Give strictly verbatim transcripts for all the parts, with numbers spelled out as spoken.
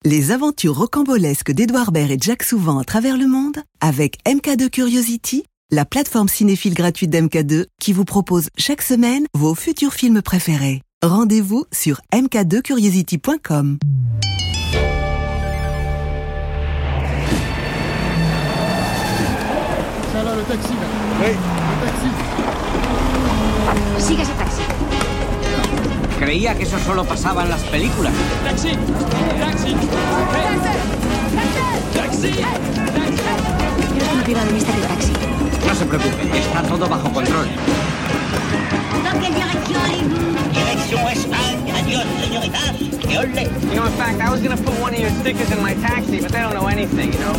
Les aventures rocambolesques d'Edouard Baird et Jack Souvent à travers le monde avec M K deux Curiosity, la plateforme cinéphile gratuite d'M K deux qui vous propose chaque semaine vos futurs films préférés. Rendez-vous sur m k deux curiosity point com. Ça là, le taxi là. Oui. Le taxi. Sigue ese taxi. Creía que eso solo pasaba en las películas. ¡Taxi! ¡Taxi! ¡Taxi! Creo que no pierda de vista el taxi. No se preocupe, está todo bajo control. ¿Dans quelle direction allez-vous? Direction Espagne. Adios, señoritas. Que ole. You know, in fact, I was gonna put one of your stickers in my taxi, but they don't know anything, you know?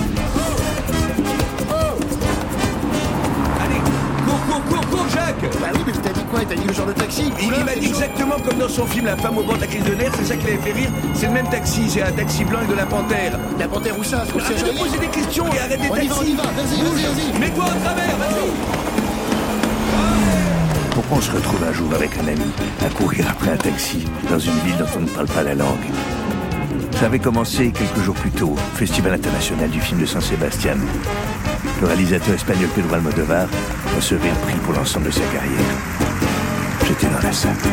Cours, cours, cours, Jacques! Bah oui, mais t'as dit quoi? T'as dit le genre de taxi? Il, il m'a dit exactement comme dans son film La femme au bord de la crise de nerfs, c'est ça qui l'avait fait rire. C'est le même taxi, c'est un taxi blanc avec de la panthère. La panthère où ça? Arrête de poser des questions et arrête des On y va, on y taxis! va, vas-y, vas-y, vas-y! Mets-toi en travers, vas-y! Pourquoi on se retrouve un jour avec un ami à courir après un taxi dans une ville dont on ne parle pas la langue? Ça avait commencé quelques jours plus tôt, au Festival international du film de San Sebastián. Le réalisateur espagnol Pedro Almodóvar recevait un prix pour l'ensemble de sa carrière. J'étais dans la salle.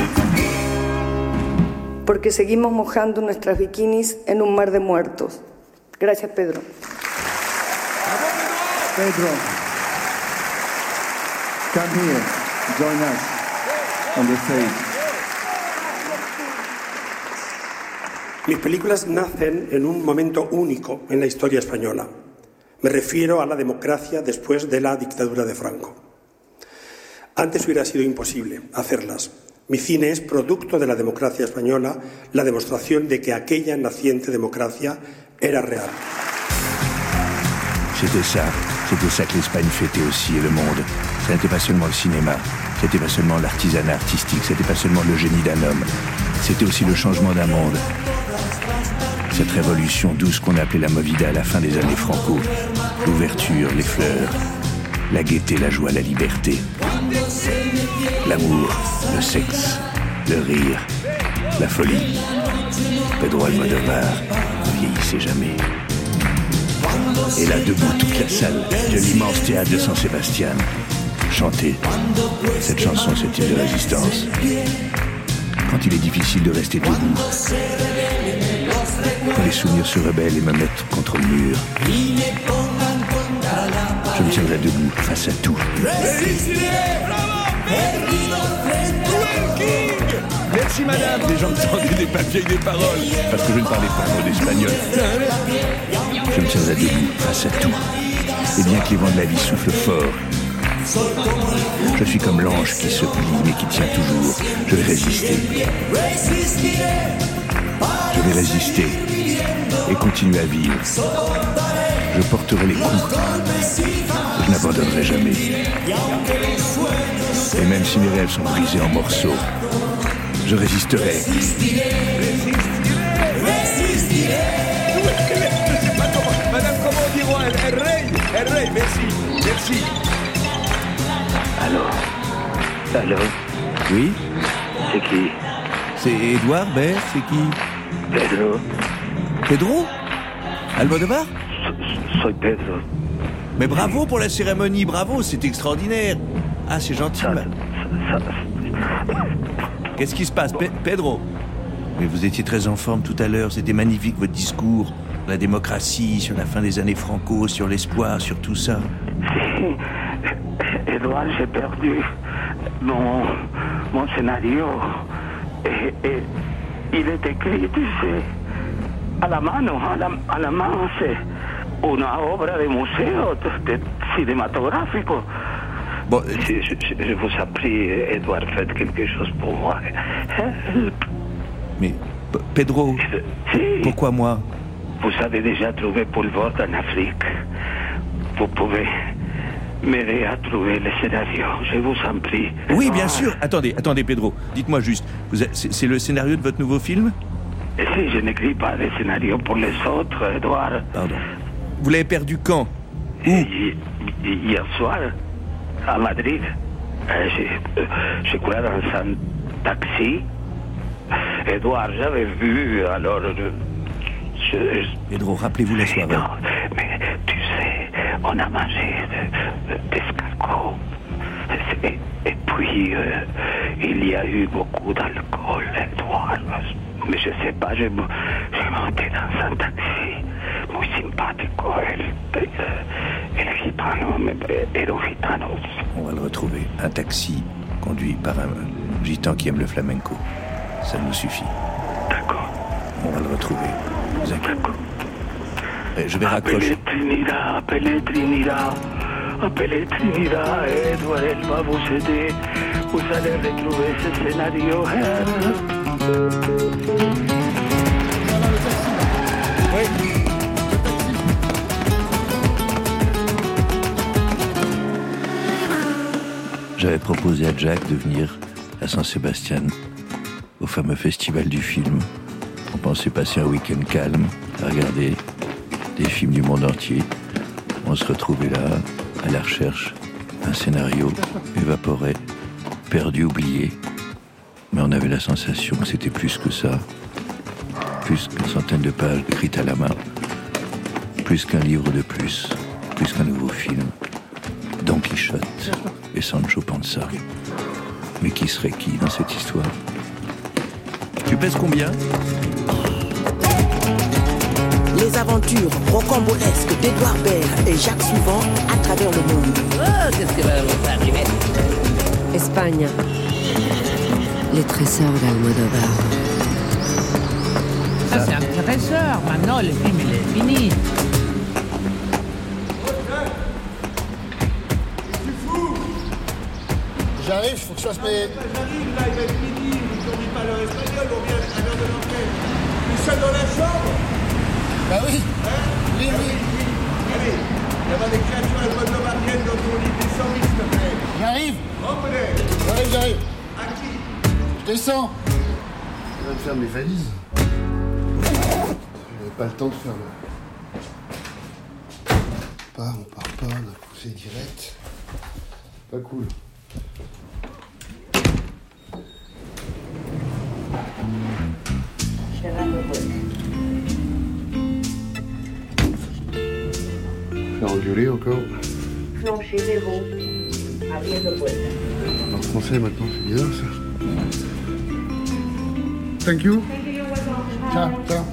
Porque seguimos mojando nuestras bikinis en un mar de muertos. Gracias, Pedro. Pedro, come here, join us on the stage. Mis películas nacen en un momento único en la historia española. Me refiero a la democracia después de la dictadura de Franco. Antes hubiera sido imposible hacerlas. Mi cine es producto de la democracia española, la demostración de que aquella naciente democracia era real. C'était ça, c'était ça que l'Espagne fêtait aussi, et le monde. Ça n'était pas seulement le cinéma, c'était pas seulement l'artisanat artistique, c'était pas seulement le génie d'un homme, c'était aussi le changement d'un monde. Cette révolution douce qu'on appelait la Movida à la fin des années Franco. L'ouverture, les fleurs, la gaieté, la joie, la liberté. L'amour, le sexe, le rire, la folie. Pedro Almodóvar ne vieillissait jamais. Et là, debout, toute la salle de l'immense théâtre de San Sebastián chantait cette chanson, cette hymne de résistance. Quand il est difficile de rester debout, quand les souvenirs se rebellent et me mettent contre le mur, je me tiendrai debout face à tout. Merci madame! Les gens me tendaient des papiers et des paroles, parce que je ne parlais pas un mot d'espagnol. Je me tiendrai debout face à tout. Et bien que les vents de la vie soufflent fort, je suis comme l'ange qui se plie mais qui tient toujours. Je vais résister. Je vais résister et continuer à vivre. Je porterai les coups. Je n'abandonnerai jamais. Et même si mes rêves sont brisés en morceaux, je résisterai. Madame, comment on dit roi? El rey, el rey, merci, merci. Alors Allô? Oui? C'est qui? C'est Edouard Baird, c'est qui? Pedro. Pedro? Almodóvar? Soy Pedro. Mais bravo pour la cérémonie, bravo, c'est extraordinaire. Ah, c'est gentil. Ça, ma... ça, ça... Qu'est-ce qui se passe, Pe- Pedro? Mais vous étiez très en forme tout à l'heure, c'était magnifique votre discours. La démocratie, sur la fin des années Franco, sur l'espoir, sur tout ça. Si, Edouard, j'ai perdu mon, mon scénario. Et, et il est écrit, tu sais, à la mano, à la, à la main, c'est une obra de museo, de, de cinématographico. Bon, je, je, je vous en prie, Edouard, faites quelque chose pour moi. Help. Mais, P- Pedro, si. Pourquoi moi? Vous avez déjà trouvé Paul Vort en Afrique. Vous pouvez m'aider à trouver le scénario, je vous en prie. Oui, bien sûr. Attendez, attendez, Pedro. Dites-moi juste, vous avez, c'est, c'est le scénario de votre nouveau film? Si, je n'écris pas de scénario pour les autres, Edouard. Pardon. Vous l'avez perdu quand? Où? Hi- Hier soir, à Madrid. Euh, je, euh, je crois dans un taxi. Edouard, j'avais vu, alors... euh, je, je... Pedro, rappelez-vous la soirée. Non, mais tu sais, on a mangé de, de, d'escargots. Et, et puis, euh, il y a eu beaucoup d'alcool, Edouard. Mais je sais pas, j'ai, j'ai monté dans un taxi muy simpático, el, el, el gitano, era un gitano. On va le retrouver. Un taxi conduit par un gitan qui aime le flamenco. Ça nous suffit. D'accord. On va le retrouver. Vous inquiétez. Eh, je vais raccrocher. Appelez Trinidad, appelez Trinidad, appelez Trinidad, Edouard, elle va vous aider. Vous allez retrouver ce scénario. Oui. J'avais proposé à Jack de venir à Saint-Sébastien, au fameux festival du film. On pensait passer un week-end calme, à regarder des films du monde entier. On se retrouvait là, à la recherche d'un scénario évaporé, perdu, oublié. Mais on avait la sensation que c'était plus que ça. Plus qu'une centaine de pages écrites à la main. Plus qu'un livre de plus. Plus qu'un nouveau film. Don Quichotte et Sancho Panza. Mais qui serait qui dans cette histoire? Tu pèses combien? Les aventures rocambolesques d'Edouard Baird et Jacques Souvent à travers le monde. Oh, qu'est-ce qui va vous arriver? Espagne. Les trésors d'Almodovar. Ça, c'est un trésor. Maintenant, le film, il est fini. J'arrive, faut que je fasse mes... J'arrive, là, il va être midi, on ne dit pas l'heure espagnole, on vient à l'heure de l'entrée. Tu es seul dans la chambre? Bah oui. Hein? Oui, oui. Allez, il y a des créatures à la bonne martienne dans ton lit, descends vite, s'il te plaît. J'arrive. Reprenez. J'arrive, j'arrive. À qui? Je descends. Je vais me faire mes valises. J'avais pas le temps de faire le... On part, on part pas, on a poussé direct. Pas cool. Faire engueuler encore. Plancher zéro. Abriendo puerta. En français maintenant, c'est bizarre ça. Thank you. Ciao, ciao.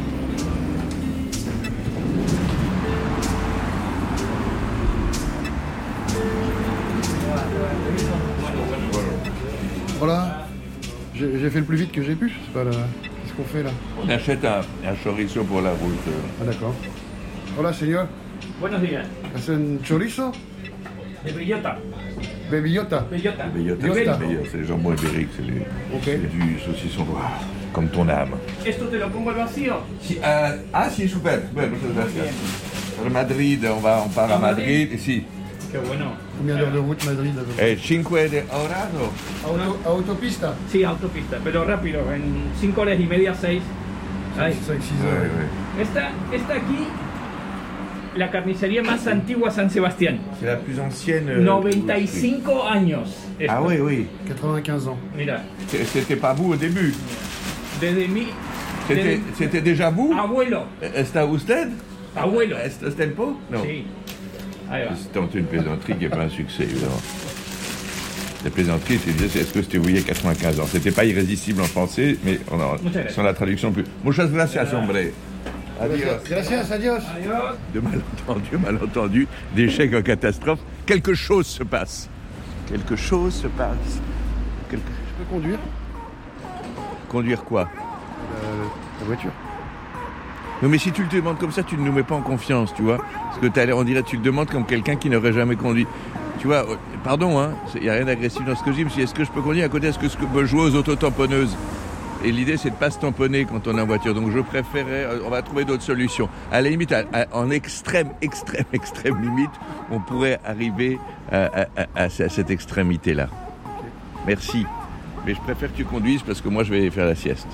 Voilà, j'ai, j'ai fait le plus vite que j'ai pu. C'est pas la... Qu'est-ce qu'on fait là? On achète un, un chorizo pour la route. Ah d'accord. Hola, señor. Buenos días. ¿Es un chorizo? De bellota. De bellota. Bellota. Bellota, Bellota. c'est, c'est les jambons ibériques, c'est, les, okay. c'est du saucisson noir, comme ton âme. Esto te lo pongo al vacío. Si, euh, ah si, super. Bueno, muchas gracias. Sur Madrid, on, va, on part à Madrid, ici. Qué bueno. Combien d'heures de route Madrid? Eh, cinque de horas o... Auto, autopista. Sí, autopista, pero rápido, en cinco horas y media, seis. cinq six heures. Ouais, ouais. Esta, esta aquí, la carnicería más antigua San Sebastián. C'est la plus ancienne... Euh, noventa y cinco años. Esto. Ah oui, oui. quatre-vingt-quinze ans. Mira. C'était pas vous au début? Desde mi... C'était, desde... c'était déjà vous? Abuelo. ¿Está usted? Abuelo. ¿Está usted po? Non. Sí. C'était une plaisanterie qui n'est pas un succès, évidemment. La plaisanterie, c'était est-ce que c'était vous il y a quatre-vingt-quinze ans? C'était pas irrésistible en français, mais on a, sans la traduction plus. Muchas gracias, hombre. Adios. Gracias, adios. De malentendu, malentendu, d'échec en catastrophe, quelque chose se passe. Quelque chose se passe. Quelque... Je peux conduire? Conduire quoi? euh, La voiture. Non mais si tu le demandes comme ça, tu ne nous mets pas en confiance, tu vois. Parce que t'as l'air, on dirait que tu le demandes comme quelqu'un qui n'aurait jamais conduit. Tu vois, pardon, hein, il n'y a rien d'agressif dans ce que je dis, mais est-ce que je peux conduire à côté, est-ce que je peux jouer aux autotamponneuses? Et l'idée, c'est de ne pas se tamponner quand on est en voiture. Donc je préférais, on va trouver d'autres solutions. À la limite, à, à, en extrême, extrême, extrême limite, on pourrait arriver à, à, à, à cette extrémité-là. Okay. Merci. Mais je préfère que tu conduises parce que moi, je vais faire la sieste.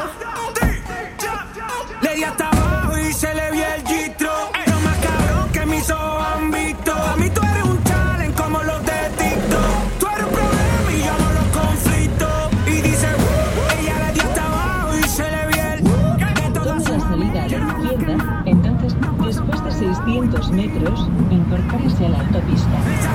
Le di hasta abajo y se le vio el gistro. Lo más cabrón que mis ojos han visto. A mí tú eres un challenge como los de TikTok. Tú eres un problema y yo amo los conflictos. Y dice, uh, ella le di hasta abajo y se le vio el uh, de todas sus amigas. izquierda, entonces, después de seiscientos metros, incorpórese a la autopista.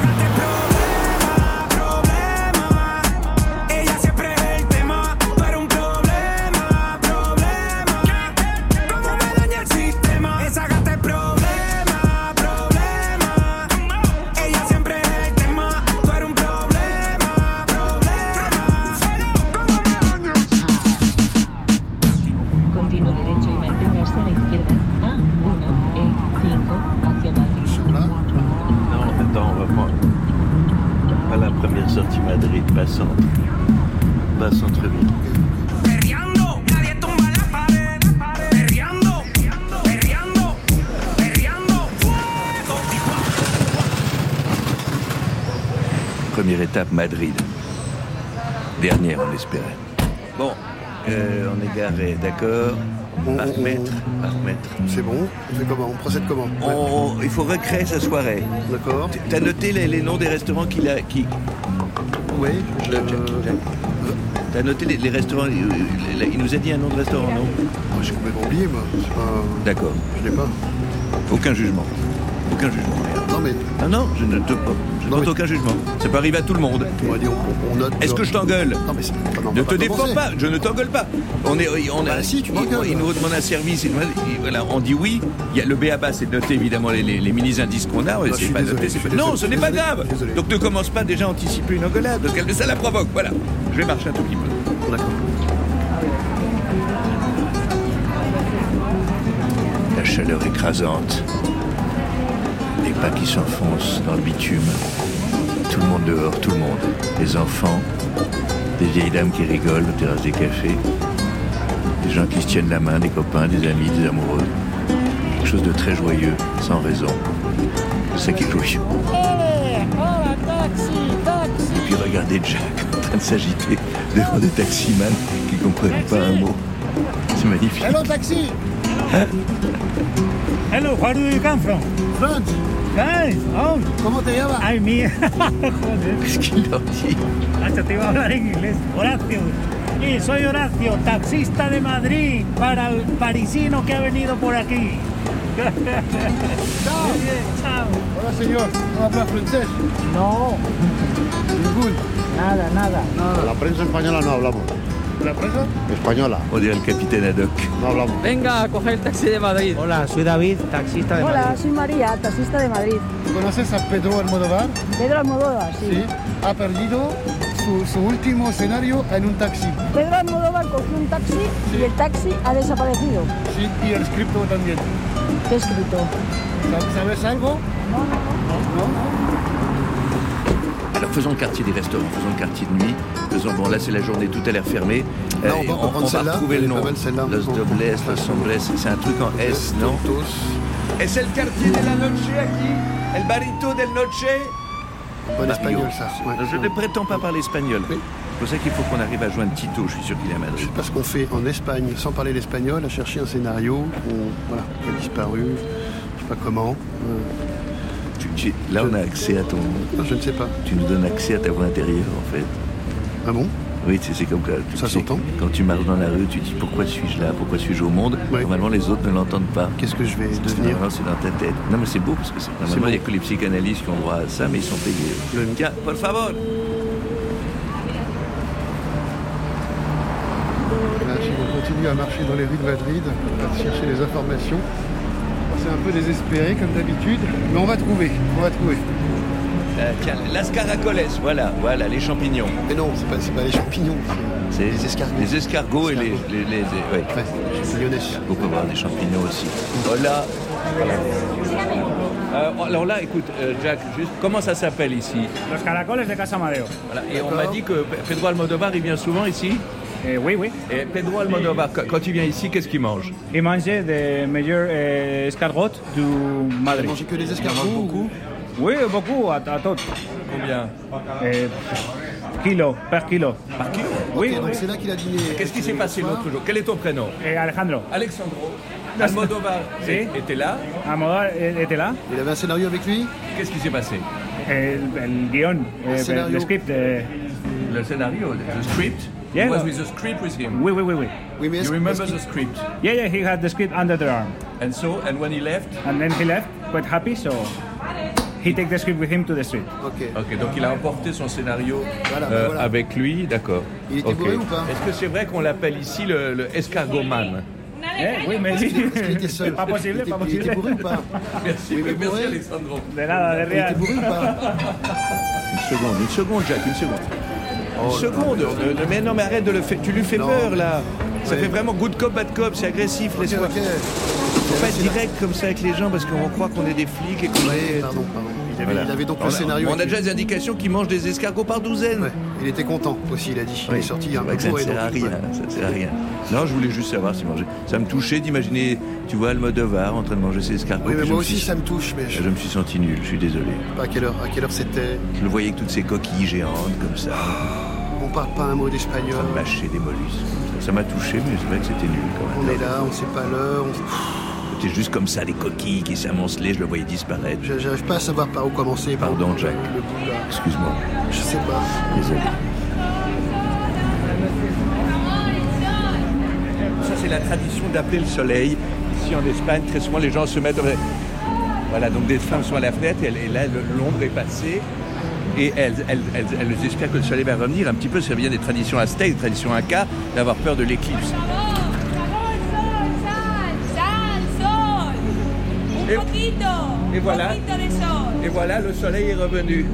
Sortie Madrid, bas centre, bas centre-ville. Première étape, Madrid. Dernière, on l'espérait. Bon, euh, on est garé, d'accord. À remettre, à remettre. C'est bon. On fait comment? On procède comment? on, Il faut recréer sa soirée. D'accord. T'as noté les, les noms des restaurants qu'il a... Qui... Oui. Je... T'as noté les, les restaurants... Il, il nous a dit un nom de restaurant, non? oh, J'ai complètement oublié, moi. Pas... D'accord. Je l'ai pas. Aucun jugement. Aucun jugement. Non, mais... Ah non, je ne te pas. Je ne mais... aucun jugement. Ça peut arriver à tout le monde. On va dire, on, on note... Est-ce que je t'engueule? Non, mais c'est... Non, ne te défends pas, je ne t'engueule pas. On est, on bah, a, si, tu il, il nous demande un service. Il, il, voilà, on dit oui. Il y a le B A B A, c'est de noter évidemment les, les, les mini-indices qu'on a. Bah, c'est pas désolé, noté, c'est pas... désolé, Non, ce n'est pas grave. Désolé. Donc ne commence pas déjà à anticiper une engueulade, parce que ça la provoque. Voilà. Je vais marcher un tout petit peu. D'accord. La chaleur écrasante. Les pas qui s'enfoncent dans le bitume. Tout le monde dehors, tout le monde. Les enfants, des vieilles dames qui rigolent aux terrasses des cafés, des gens qui se tiennent la main, des copains, des amis, des amoureux. Quelque chose de très joyeux, sans raison. C'est ça qui est joyeux. Et puis regardez Jack en train de s'agiter devant des taximans qui ne comprennent pas un mot. C'est magnifique. Hello, taxi! Hein? Hello, where do you come from? France. Guys, oh. ¿Cómo te llamas? Ay, mía. Qu'est-ce qu'il leur dit? Hasta te iba a hablar en inglés. Horacio. Sí, soy Horacio, taxista de Madrid, para el parisino que ha venido por aquí. Chao. Chao. Hola, señor. ¿No habla francés? No. Ningún. Nada, nada. La prensa española no hablamos. ¿La prensa? Española. On dirait le capitaine Haddock. No hablamos. Venga a coger el taxi de Madrid. Hola, soy David, taxista de Hola, Madrid. Hola, soy María, taxista de Madrid. ¿Conoces a Pedro Almodóvar? Pedro Almodóvar, sí. Sí. Ha perdido su, su último escenario en un taxi. Pedro Almodóvar cogió un taxi sí. y el taxi ha desaparecido. Sí, y el escrito también. ¿Qué escrito? ¿Sabes algo? No, no, no. ¿No? Alors faisons le quartier des restaurants, faisons le quartier de nuit, faisons, bon là c'est la journée, tout a l'air fermé. Là, on, va, on, on, on va retrouver le nom. Los Dobles, Los Sombres, c'est un truc en S, non? Es el quartier de la noche aquí, el barito del noche. En espagnol, ça. Ouais. Je ne prétends pas parler espagnol. Oui. C'est pour ça qu'il faut qu'on arrive à joindre Tito, je suis sûr qu'il est à Madrid. Je sais pas ce qu'on fait en Espagne, sans parler l'espagnol, à chercher un scénario, on, voilà, qui a disparu, je sais pas comment. Euh... Tu, tu, là, je... on a accès à ton... Non, je ne sais pas. Tu nous donnes accès à ta voix intérieure, en fait. Ah bon? Oui, c'est, c'est comme ça. Ça s'entend? Quand tu marches dans la rue, tu dis pourquoi suis-je là, pourquoi suis-je au monde? Oui. Normalement, les autres ne l'entendent pas. Qu'est-ce que je vais devenir? Non, c'est dans ta tête. Non, mais c'est beau parce que c'est... normalement, il n'y a que les psychanalystes qui ont droit à ça, mais ils sont payés. Le... Tiens, por favor. Là, si on continue à marcher dans les rues de Madrid, à chercher les informations, c'est un peu désespéré comme d'habitude, mais on va trouver, on va trouver. Euh, tiens, las caracoles, voilà, voilà, les champignons. Mais non, c'est pas, c'est pas les champignons, c'est, c'est les escargots. Les escargots, et les... les, les, les ouais. Ouais, champignonnes. On peut voir des champignons aussi. Voilà. Euh, alors là, écoute, euh, Jack, juste, comment ça s'appelle ici? Los caracoles de Casa Amadeo. Voilà. Et on m'a dit que Pedro Almodóvar, il vient souvent ici? Eh, oui, oui. Et Pedro Almodóvar, quand il vient ici, qu'est-ce qu'il mange? Il mange des meilleurs eh, escargots du Madrid. Il mange que des escargots? Beaucoup? Oui, beaucoup, à, à tout. Combien? Eh, kilo, par kilo. Par kilo? Oui, okay, donc oui. c'est là qu'il a dîné. Qu'est-ce qui s'est passé l'autre jour? Quel est ton prénom? Eh, Alejandro. Alexandro. Almodóvar sí. était là? Almodóvar était là. Il avait un scénario avec lui? Qu'est-ce qui s'est passé? El, el guion, le, eh, le script. Eh. Le scénario, le script? Yeah, He was no. with the script with him. Oui, oui, oui, oui. Oui, mais You est-ce- remember est-ce the qu'il- script? Yeah, yeah, he had the script under the arm. And so, and when he left? And then he left, quite happy, so he take the script with him to the street. Ok. Ok, donc il a emporté son scénario Voilà, euh, voilà. avec lui, d'accord. Il était Ok. bourré ou pas? Est-ce que c'est vrai qu'on l'appelle ici le, le escargoman? Eh, oui, mais Est-ce qu'il est-ce qu'il était seul? Pas possible, Il était- pas Il était possible. bourré ou pas? Merci, Oui, mais merci bourré. Alessandro. De nada, de Il rien. était bourré ou pas? Une seconde, une seconde, Jack, une seconde. Une seconde, ne- ne- mais non, mais arrête de le faire. Tu lui fais Non, peur mais- là. Ça Ouais. fait vraiment good cop, bad cop, c'est agressif. Ok, Laisse-moi. ok. Faut pas être direct comme ça avec les gens parce qu'on croit qu'on est des flics et qu'on Oui, est. pardon, pardon. Il avait, Voilà. il avait donc On le a- scénario. On a écrit. déjà des indications qu'ils mangent des escargots par douzaine. Ouais. Il était content aussi, il a dit. Il Oui. est sorti il y a un C'est peu vrai que ça ne bourré, sert à donc, rien, ouais. ça ne sert à rien. Non, je voulais juste savoir s'il mangeait. Ça me touchait d'imaginer, tu vois, Almodovar en train de manger ses escargots. Oui, mais puis je moi me aussi suis- ça me touche, mais je... Je me suis senti nul, je suis désolé. à quelle heure, à quelle heure c'était? Je le voyais avec toutes ces coquilles géantes comme ça, On parle pas un mot d'espagnol. en train de mâcher des mollusques. Ça m'a touché, mais c'est vrai que c'était nul quand On même. est là, on sait pas l'heure. On... C'était juste comme ça, des coquilles qui s'amoncelaient, je le voyais disparaître. Je- J'arrive pas à savoir par où commencer. par Pardon, où- Jack. Le bout là. Excuse-moi, Je sais pas. désolé. Ça, c'est la tradition d'appeler le soleil. Ici en Espagne, très souvent, les gens se mettent. Voilà, donc des femmes sont à la fenêtre et, elle- et là, le- l'ombre est passée. Et elles, elles, elles, elles espèrent que le soleil va revenir. Un petit peu, ça vient des traditions aztèques, des traditions incas, d'avoir peur de l'éclipse. Et, et voilà. Et voilà, le soleil est revenu.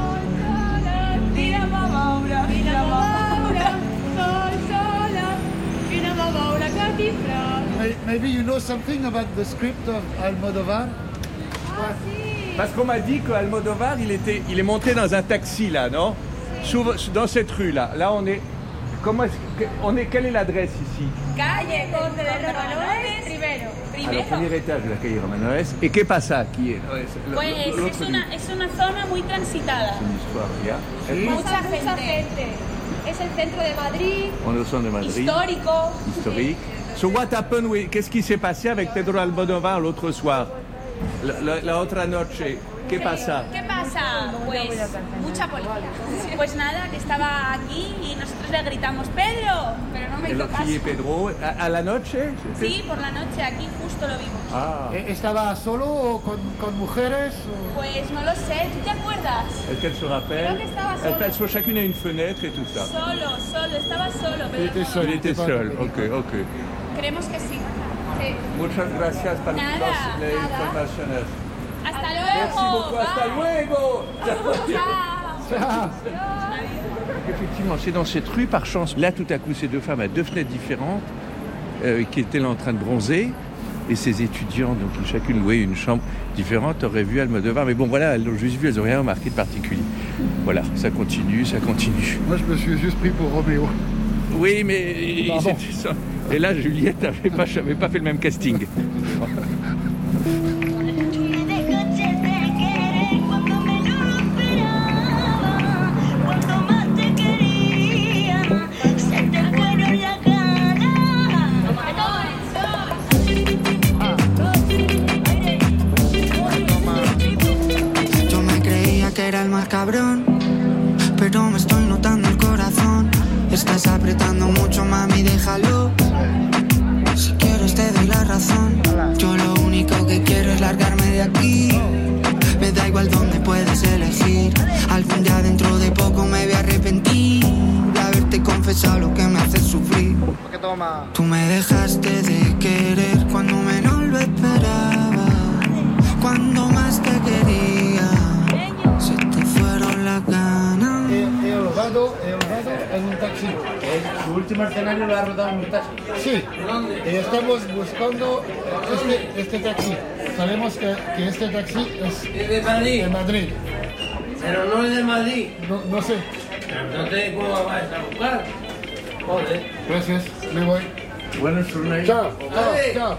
Maybe you know something about the script of Almodovar? Parce qu'on m'a dit qu'Almodovar, il était, il est monté dans un taxi là, non? Sous- Dans cette rue là. Là, on est. Comment est-ce que- on est, quelle est l'adresse ici? Calle Conde de Romanones, primero. Alors, Primero. premier étage de la calle Romanones. Et qu'est pasa aquí? Pues es una, es una zona muy transitada. Une histoire, ya. Mucha gente. Es el centro de Madrid. On est au centre de Madrid. Histórico. Historique. So what happened with- Qu'est-ce qui s'est passé avec Pedro Almodovar l'autre soir? La, la, la otra noche. ¿Qué pasa? ¿Qué pasa? Pues mucha policía. Pues nada, que estaba aquí y nosotros le gritamos Pedro, pero no me El hizo caso. y Pedro, ¿a, a la noche? Sí, por la noche aquí justo lo vimos. Ah. ¿Estaba solo o con, con mujeres? Pues no lo sé, ¿tú te acuerdas? Est-ce qu'elle se rappelle? Creo que estaba Elles solo. passent chacune à une fenêtre et tout ça. Solo, solo, estaba solo, pero Il était no- seul, ok, ok. Creemos que sí. Sí. Muchas gracias por Nada, las nada. informaciones. Hasta Merci luego. beaucoup, hasta bye. luego. Ciao. Effectivement, c'est dans cette rue, par chance, là tout à coup, ces deux femmes à deux fenêtres différentes euh, qui étaient là en train de bronzer. Et ces étudiants, donc chacune louait une chambre différente, auraient vu Almodovar. Mais bon, voilà, elles l'ont juste vu, elles n'ont rien remarqué de particulier. Voilà, ça continue, ça continue. Moi, je me suis juste pris pour Roméo. Oui, mais Pardon. c'était ça. Et là, Juliette n'avait pas, j'avais pas fait le même casting. Yo me creía que era el más cabrón, pero me estoy notando el corazón. Estás apretando mucho, mami, déjalo. Si quieres te doy la razón. Yo lo único que quiero es largarme de aquí. Me da igual dónde puedes elegir. Algún día dentro de poco me voy a arrepentir de haberte confesado lo que me hace sufrir. Tú me dejaste de querer cuando menos lo esperaba. Cuando más te quería, se te fueron las ganas. He rodado, he rodado en un taxi. Su último escenario lo ha rodado en un taxi. Sí, y estamos buscando este, este taxi. Sabemos que, que este taxi es ¿Es de Madrid? de Madrid. Pero no es de Madrid. No, no sé. Entonces, ¿cómo vas a buscar? Joder. Gracias, me voy. Buenas journées. Chao, chao, chao.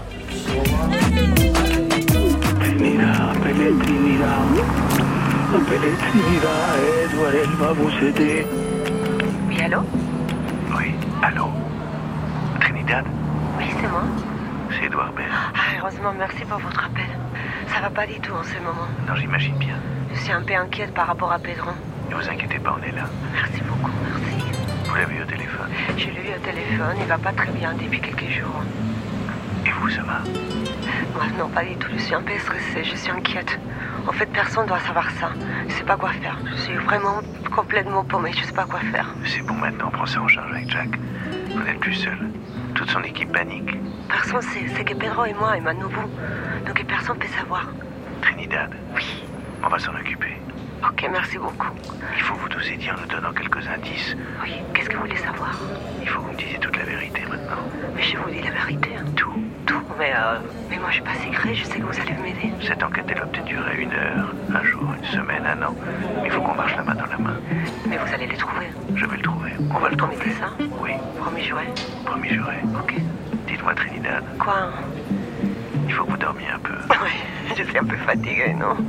Trinidad, appelez Trinidad. Appelez Trinidad, Edouard, elle va vous aider. Oui, allô? Oui, allô? Trinidad? Oui, c'est moi. C'est Edouard Baird. Ah, heureusement, merci pour votre appel. Ça va pas du tout en ce moment. Non, j'imagine bien. Je suis un peu inquiète par rapport à Pedro. Ne vous inquiétez pas, on est là. Merci beaucoup, merci. Vous l'avez eu au téléphone? Je l'ai eu au téléphone, il va pas très bien depuis quelques jours. Et vous, ça va? Moi, non, pas du tout. Je suis un peu stressée, je suis inquiète. En fait, personne ne doit savoir ça. Je sais pas quoi faire. Je suis vraiment complètement paumée, je sais pas quoi faire. C'est bon maintenant, prends ça en charge avec Jack. Vous n'êtes plus seul. Toute son équipe panique. Personne sait, c'est que Pedro et moi et Manobu. Donc personne peut savoir. Trinidad? Oui. On va s'en occuper. Ok, merci beaucoup. Il faut vous nous aider en nous donnant quelques indices. Oui, qu'est-ce que vous voulez savoir? Il faut que vous me disiez toute la vérité maintenant. Mais je vous dis la vérité. Hein. Tout. Tout, mais euh, mais moi je suis pas secret, je sais que vous allez m'aider. Cette enquête, elle va peut-être durer une heure, un jour, une semaine, un an. Mais il faut qu'on marche la main dans la main. Mais vous allez les trouver. Je vais le trouver. On va le trouver. Promettez ça? Oui. Promis juré? Promis juré. Ok. Dites-moi, Trinidad. Quoi? Il faut que vous dormiez un peu. Oui, je suis un peu fatiguée, non?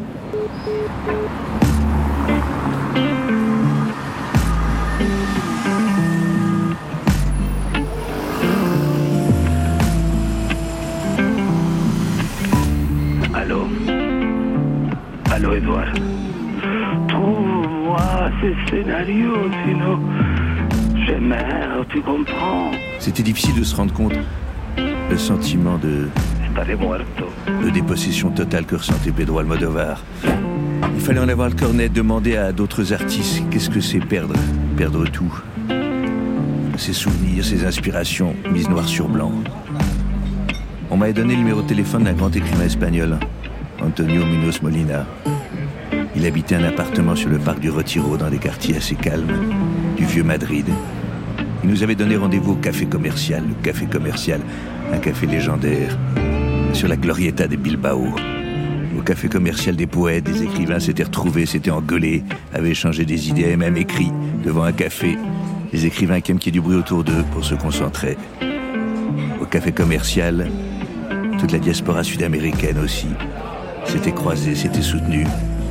Allô? Allô, Edouard? Trouve-moi ce scénario, sinon je meurs, tu comprends? C'était difficile de se rendre compte le sentiment de, de dépossession totale que ressentait Pedro Almodovar. Il fallait en avoir le cœur net, demander à d'autres artistes qu'est-ce que c'est perdre, perdre tout. Ses souvenirs, ses inspirations, mises noir sur blanc. On m'avait donné le numéro de téléphone d'un grand écrivain espagnol, Antonio Munoz Molina. Il habitait un appartement sur le parc du Retiro, dans des quartiers assez calmes, du vieux Madrid. Il nous avait donné rendez-vous au Café Commercial, le Café Commercial, un café légendaire, sur la Glorieta de Bilbao. Au Café Commercial, des poètes, des écrivains s'étaient retrouvés, s'étaient engueulés, avaient échangé des idées et même écrit devant un café. Les écrivains qui aiment qu'il y ait du bruit autour d'eux pour se concentrer. Au Café Commercial, toute la diaspora sud-américaine aussi s'était croisée, s'était soutenue.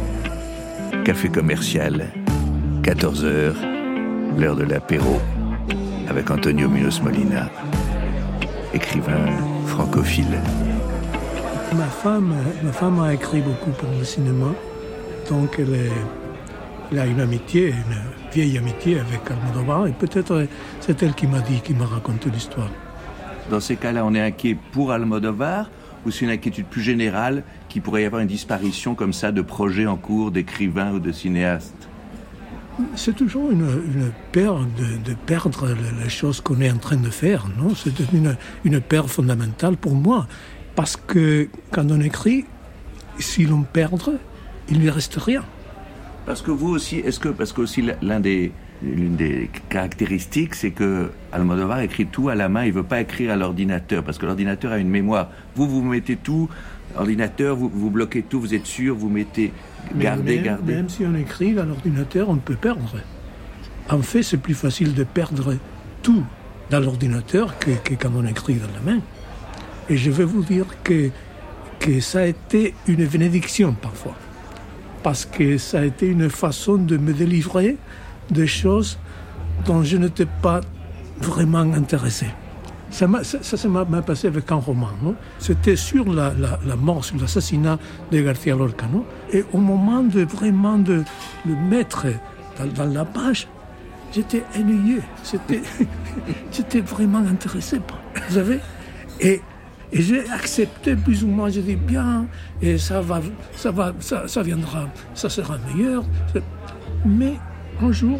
Café Commercial, quatorze heures, l'heure de l'apéro, avec Antonio Munoz Molina, écrivain francophile. Ma femme, ma femme a écrit beaucoup pour le cinéma, donc elle, est, elle a une amitié, une vieille amitié avec Almodovar, et peut-être c'est elle qui m'a dit, qui m'a raconté l'histoire. Dans ces cas-là, on est inquiet pour Almodovar, ou c'est une inquiétude plus générale qu'il pourrait y avoir une disparition comme ça de projets en cours, d'écrivains ou de cinéastes? C'est toujours une, une peur de, de perdre les choses qu'on est en train de faire, non? C'est une, une peur fondamentale pour moi. Parce que quand on écrit, si l'on perd, il ne reste rien. Parce que vous aussi, est-ce que, parce que aussi l'un des, l'une des caractéristiques, c'est que Almodovar écrit tout à la main, il ne veut pas écrire à l'ordinateur, parce que l'ordinateur a une mémoire. Vous, vous mettez tout, ordinateur, vous, vous bloquez tout, vous êtes sûr, vous mettez, gardez, même, gardez. Même si on écrit à l'ordinateur, on peut perdre. En fait, c'est plus facile de perdre tout dans l'ordinateur que, que quand on écrit dans la main. Et je vais vous dire que, que ça a été une bénédiction parfois. Parce que ça a été une façon de me délivrer des choses dont je n'étais pas vraiment intéressé. Ça, m'a, ça, ça m'a, m'a passé avec un roman. Non? C'était sur la, la, la mort, sur l'assassinat de García Lorca. Non? Et au moment de vraiment de le mettre dans, dans la page, j'étais ennuyé. C'était, j'étais vraiment intéressé. Vous savez? Et Et j'ai accepté plus ou moins, j'ai dit bien, et ça va, ça va, ça, ça viendra, ça sera meilleur. Mais un jour,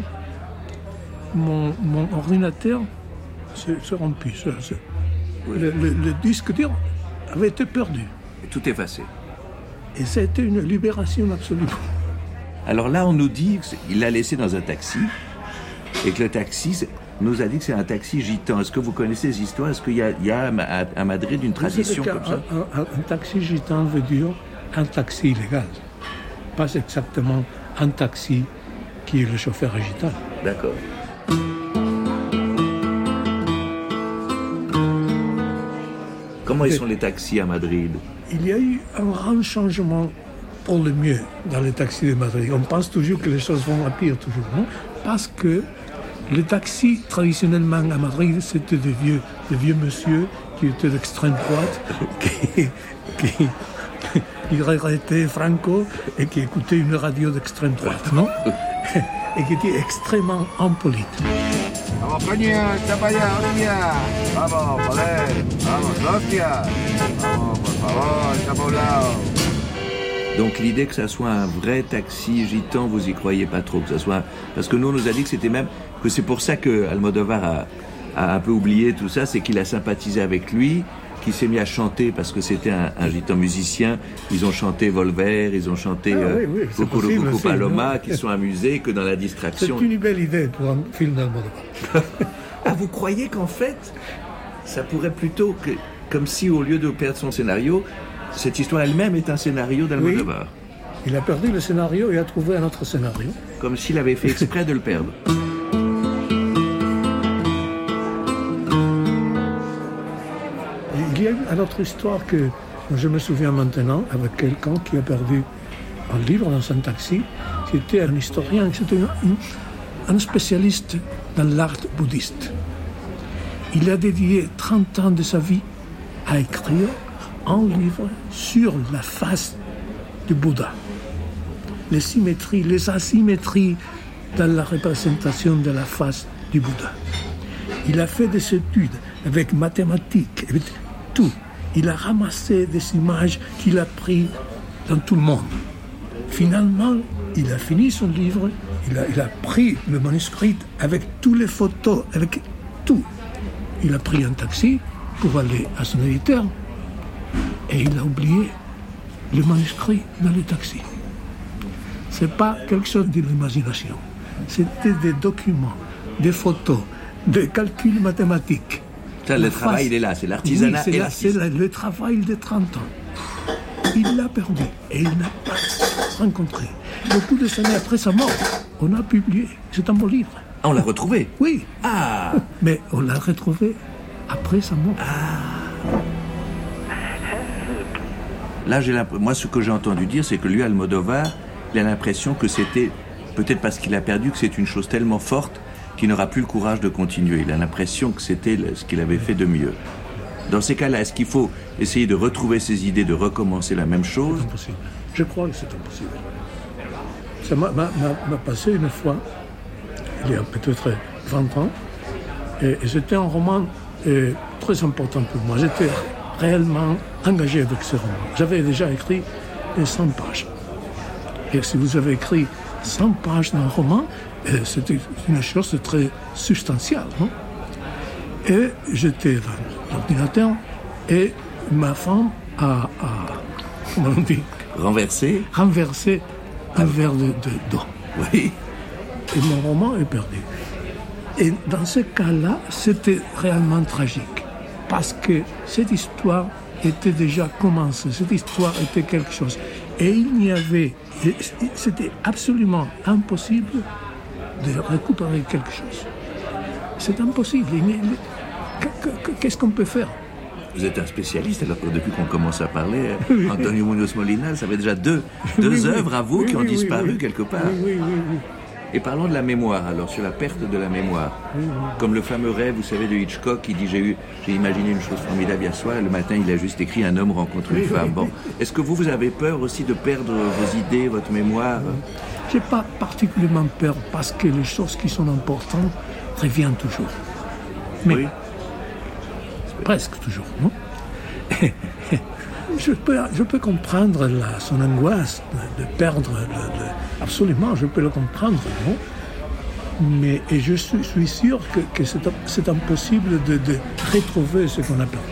mon, mon ordinateur s'est, s'est rompu. Se, se, oui. le, le, le disque dur avait été perdu. Et tout effacé. Et ça a été une libération absolue. Alors là, on nous dit qu'il l'a laissé dans un taxi, et que le taxi nous a dit que c'est un taxi gitan. Est-ce que vous connaissez ces histoires? Est-ce qu'il y a, il y a à Madrid une tradition comme ça? Un, un, un taxi gitan veut dire un taxi illégal. Pas exactement un taxi qui est le chauffeur gitan. D'accord. Comment ils sont les taxis à Madrid? Il y a eu un grand changement pour le mieux dans les taxis de Madrid. On pense toujours que les choses vont à pire, toujours, non? Parce que les taxis, traditionnellement à Madrid, c'était des vieux, des vieux monsieur qui étaient d'extrême droite, qui, qui, qui regrettaient Franco et qui écoutaient une radio d'extrême droite, non? et qui était extrêmement impolite. Vamos, coño, echa para allá, hostia. Vamos, joder. Vamos, hostia. Vamos, por favor, echa para un lado. Donc l'idée que ça soit un vrai taxi gitan, vous y croyez pas trop, que ça soit parce que nous on nous a dit que c'était même que c'est pour ça que Almodovar a, a un peu oublié tout ça, c'est qu'il a sympathisé avec lui, qu'il s'est mis à chanter parce que c'était un, un gitan musicien. Ils ont chanté Volver, ils ont chanté ah, euh, oui, oui, Cucurucucu Paloma, qui sont amusés que dans la distraction. C'est une belle idée pour un film d'Almodovar. Ah, vous croyez qu'en fait, ça pourrait plutôt que, comme si au lieu de perdre son scénario, cette histoire elle-même est un scénario d'Almodovar. Oui. Il a perdu le scénario et a trouvé un autre scénario. Comme s'il avait fait exprès de le perdre. Il y a une autre histoire que je me souviens maintenant avec quelqu'un qui a perdu un livre dans un taxi. C'était un historien, c'était un, un spécialiste dans l'art bouddhiste. Il a dédié trente ans de sa vie à écrire un livre sur la face du Bouddha. Les symétries, les asymétries dans la représentation de la face du Bouddha. Il a fait des études avec mathématiques, avec tout. Il a ramassé des images qu'il a prises dans tout le monde. Finalement, il a fini son livre, il a, il a pris le manuscrit avec toutes les photos, avec tout. Il a pris un taxi pour aller à son éditeur. Et il a oublié le manuscrit dans le taxi. Ce n'est pas quelque chose de l'imagination. C'était des documents, des photos, des calculs mathématiques. Ça, le travail, face... il est là, c'est l'artisanat oui, et l'artisanat. C'est la, le travail de trente ans. Il l'a perdu et il n'a pas rencontré. Beaucoup de années après sa mort, on a publié. C'est un beau livre. Ah, on l'a retrouvé? Oui. Ah. Mais on l'a retrouvé après sa mort. Ah. Là, j'ai moi, ce que j'ai entendu dire, c'est que lui, Almodovar, il a l'impression que c'était, peut-être parce qu'il a perdu, que c'est une chose tellement forte qu'il n'aura plus le courage de continuer. Il a l'impression que c'était ce qu'il avait fait de mieux. Dans ces cas-là, est-ce qu'il faut essayer de retrouver ses idées, de recommencer la même chose? C'est impossible. Je crois que c'est impossible. Ça m'a, m'a, m'a passé une fois, il y a peut-être vingt ans, et, et c'était un roman et, très important pour moi. J'étais réellement engagé avec ce roman. J'avais déjà écrit cent pages. Et si vous avez écrit cent pages d'un roman, c'était une chose très substantielle, non? Et j'étais dans l'ordinateur et ma femme a, a comment on dit? Renversé Renversé un verre de, de, d'eau. Oui. Et mon roman est perdu. Et dans ce cas-là, c'était réellement tragique. Parce que cette histoire était déjà commencée, cette histoire était quelque chose. Et il n'y avait, c'était absolument impossible de récupérer quelque chose. C'est impossible. Qu'est-ce qu'on peut faire? Vous êtes un spécialiste, alors que depuis qu'on commence à parler, oui. Antonio Muñoz Molina, ça fait déjà deux, deux oui, œuvres oui. à vous oui, qui ont oui, disparu oui, quelque part. Oui, oui, oui, oui. Et parlons de la mémoire, alors, sur la perte de la mémoire. Oui, oui. Comme le fameux rêve, vous savez, de Hitchcock, qui dit j'ai, eu, j'ai imaginé une chose formidable hier soir, et le matin, il a juste écrit un homme rencontre une oui, femme. Bon. Est-ce que vous, vous avez peur aussi de perdre vos idées, votre mémoire? Je n'ai pas particulièrement peur, parce que les choses qui sont importantes reviennent toujours. Mais oui. presque toujours, non? je, peux, je peux comprendre la, son angoisse de, de perdre, le, le, absolument, je peux le comprendre, non? Mais et je suis, suis sûr que, que c'est, c'est impossible de, de retrouver ce qu'on a perdu.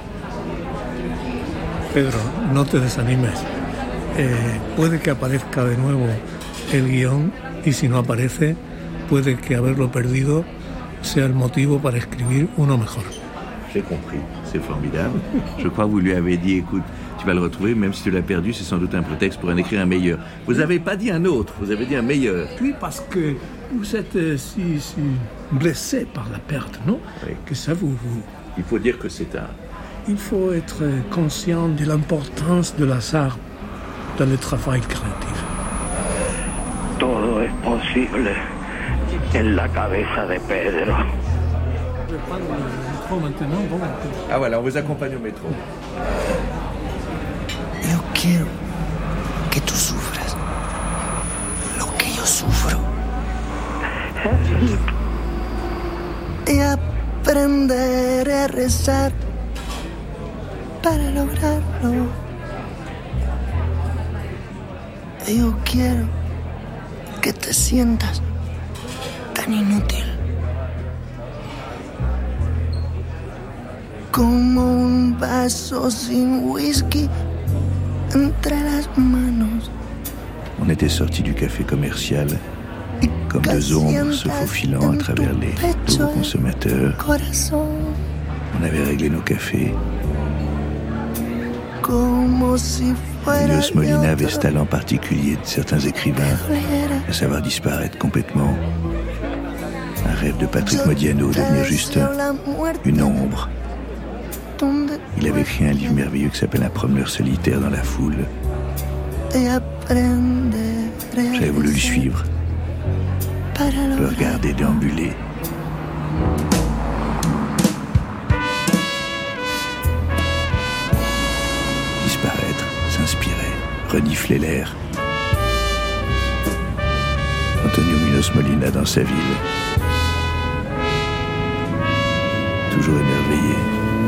Pedro, no te desanimes. Eh, puede que aparezca de nuevo el guión y si no aparece, puede que haberlo perdido sea el motivo para escribir uno mejor. J'ai compris, c'est formidable. Je crois que vous lui avez dit, écoute, tu vas le retrouver, même si tu l'as perdu, c'est sans doute un prétexte pour en écrire un meilleur. Vous n'avez pas dit un autre, vous avez dit un meilleur. Oui, parce que vous êtes si, si blessé par la perte, non? Oui. Que ça vous, vous... Il faut dire que c'est un... Il faut être conscient de l'importance de l'hasard dans le travail créatif. Todo es posible en la cabeza de Pedro. Ah voilà, on vous accompagne au métro. Yo quiero que tú sufras lo que yo sufro. rezar para lograrlo. Yo quiero que te sientas tan inútil como un vaso sin whisky entre las manos. On était sortis du café commercial comme deux ombres se faufilant à travers les nouveaux consommateurs. On avait réglé nos cafés. Milos Molina avait ce talent particulier de certains écrivains, à savoir disparaître complètement. Un rêve de Patrick Modiano, devenir juste une ombre. Il avait écrit un livre merveilleux qui s'appelle Un promeneur solitaire dans la foule. J'avais voulu le suivre, le regarder déambuler. Disparaître, s'inspirer, renifler l'air. Antonio Milos Molina dans sa ville. Toujours émerveillé.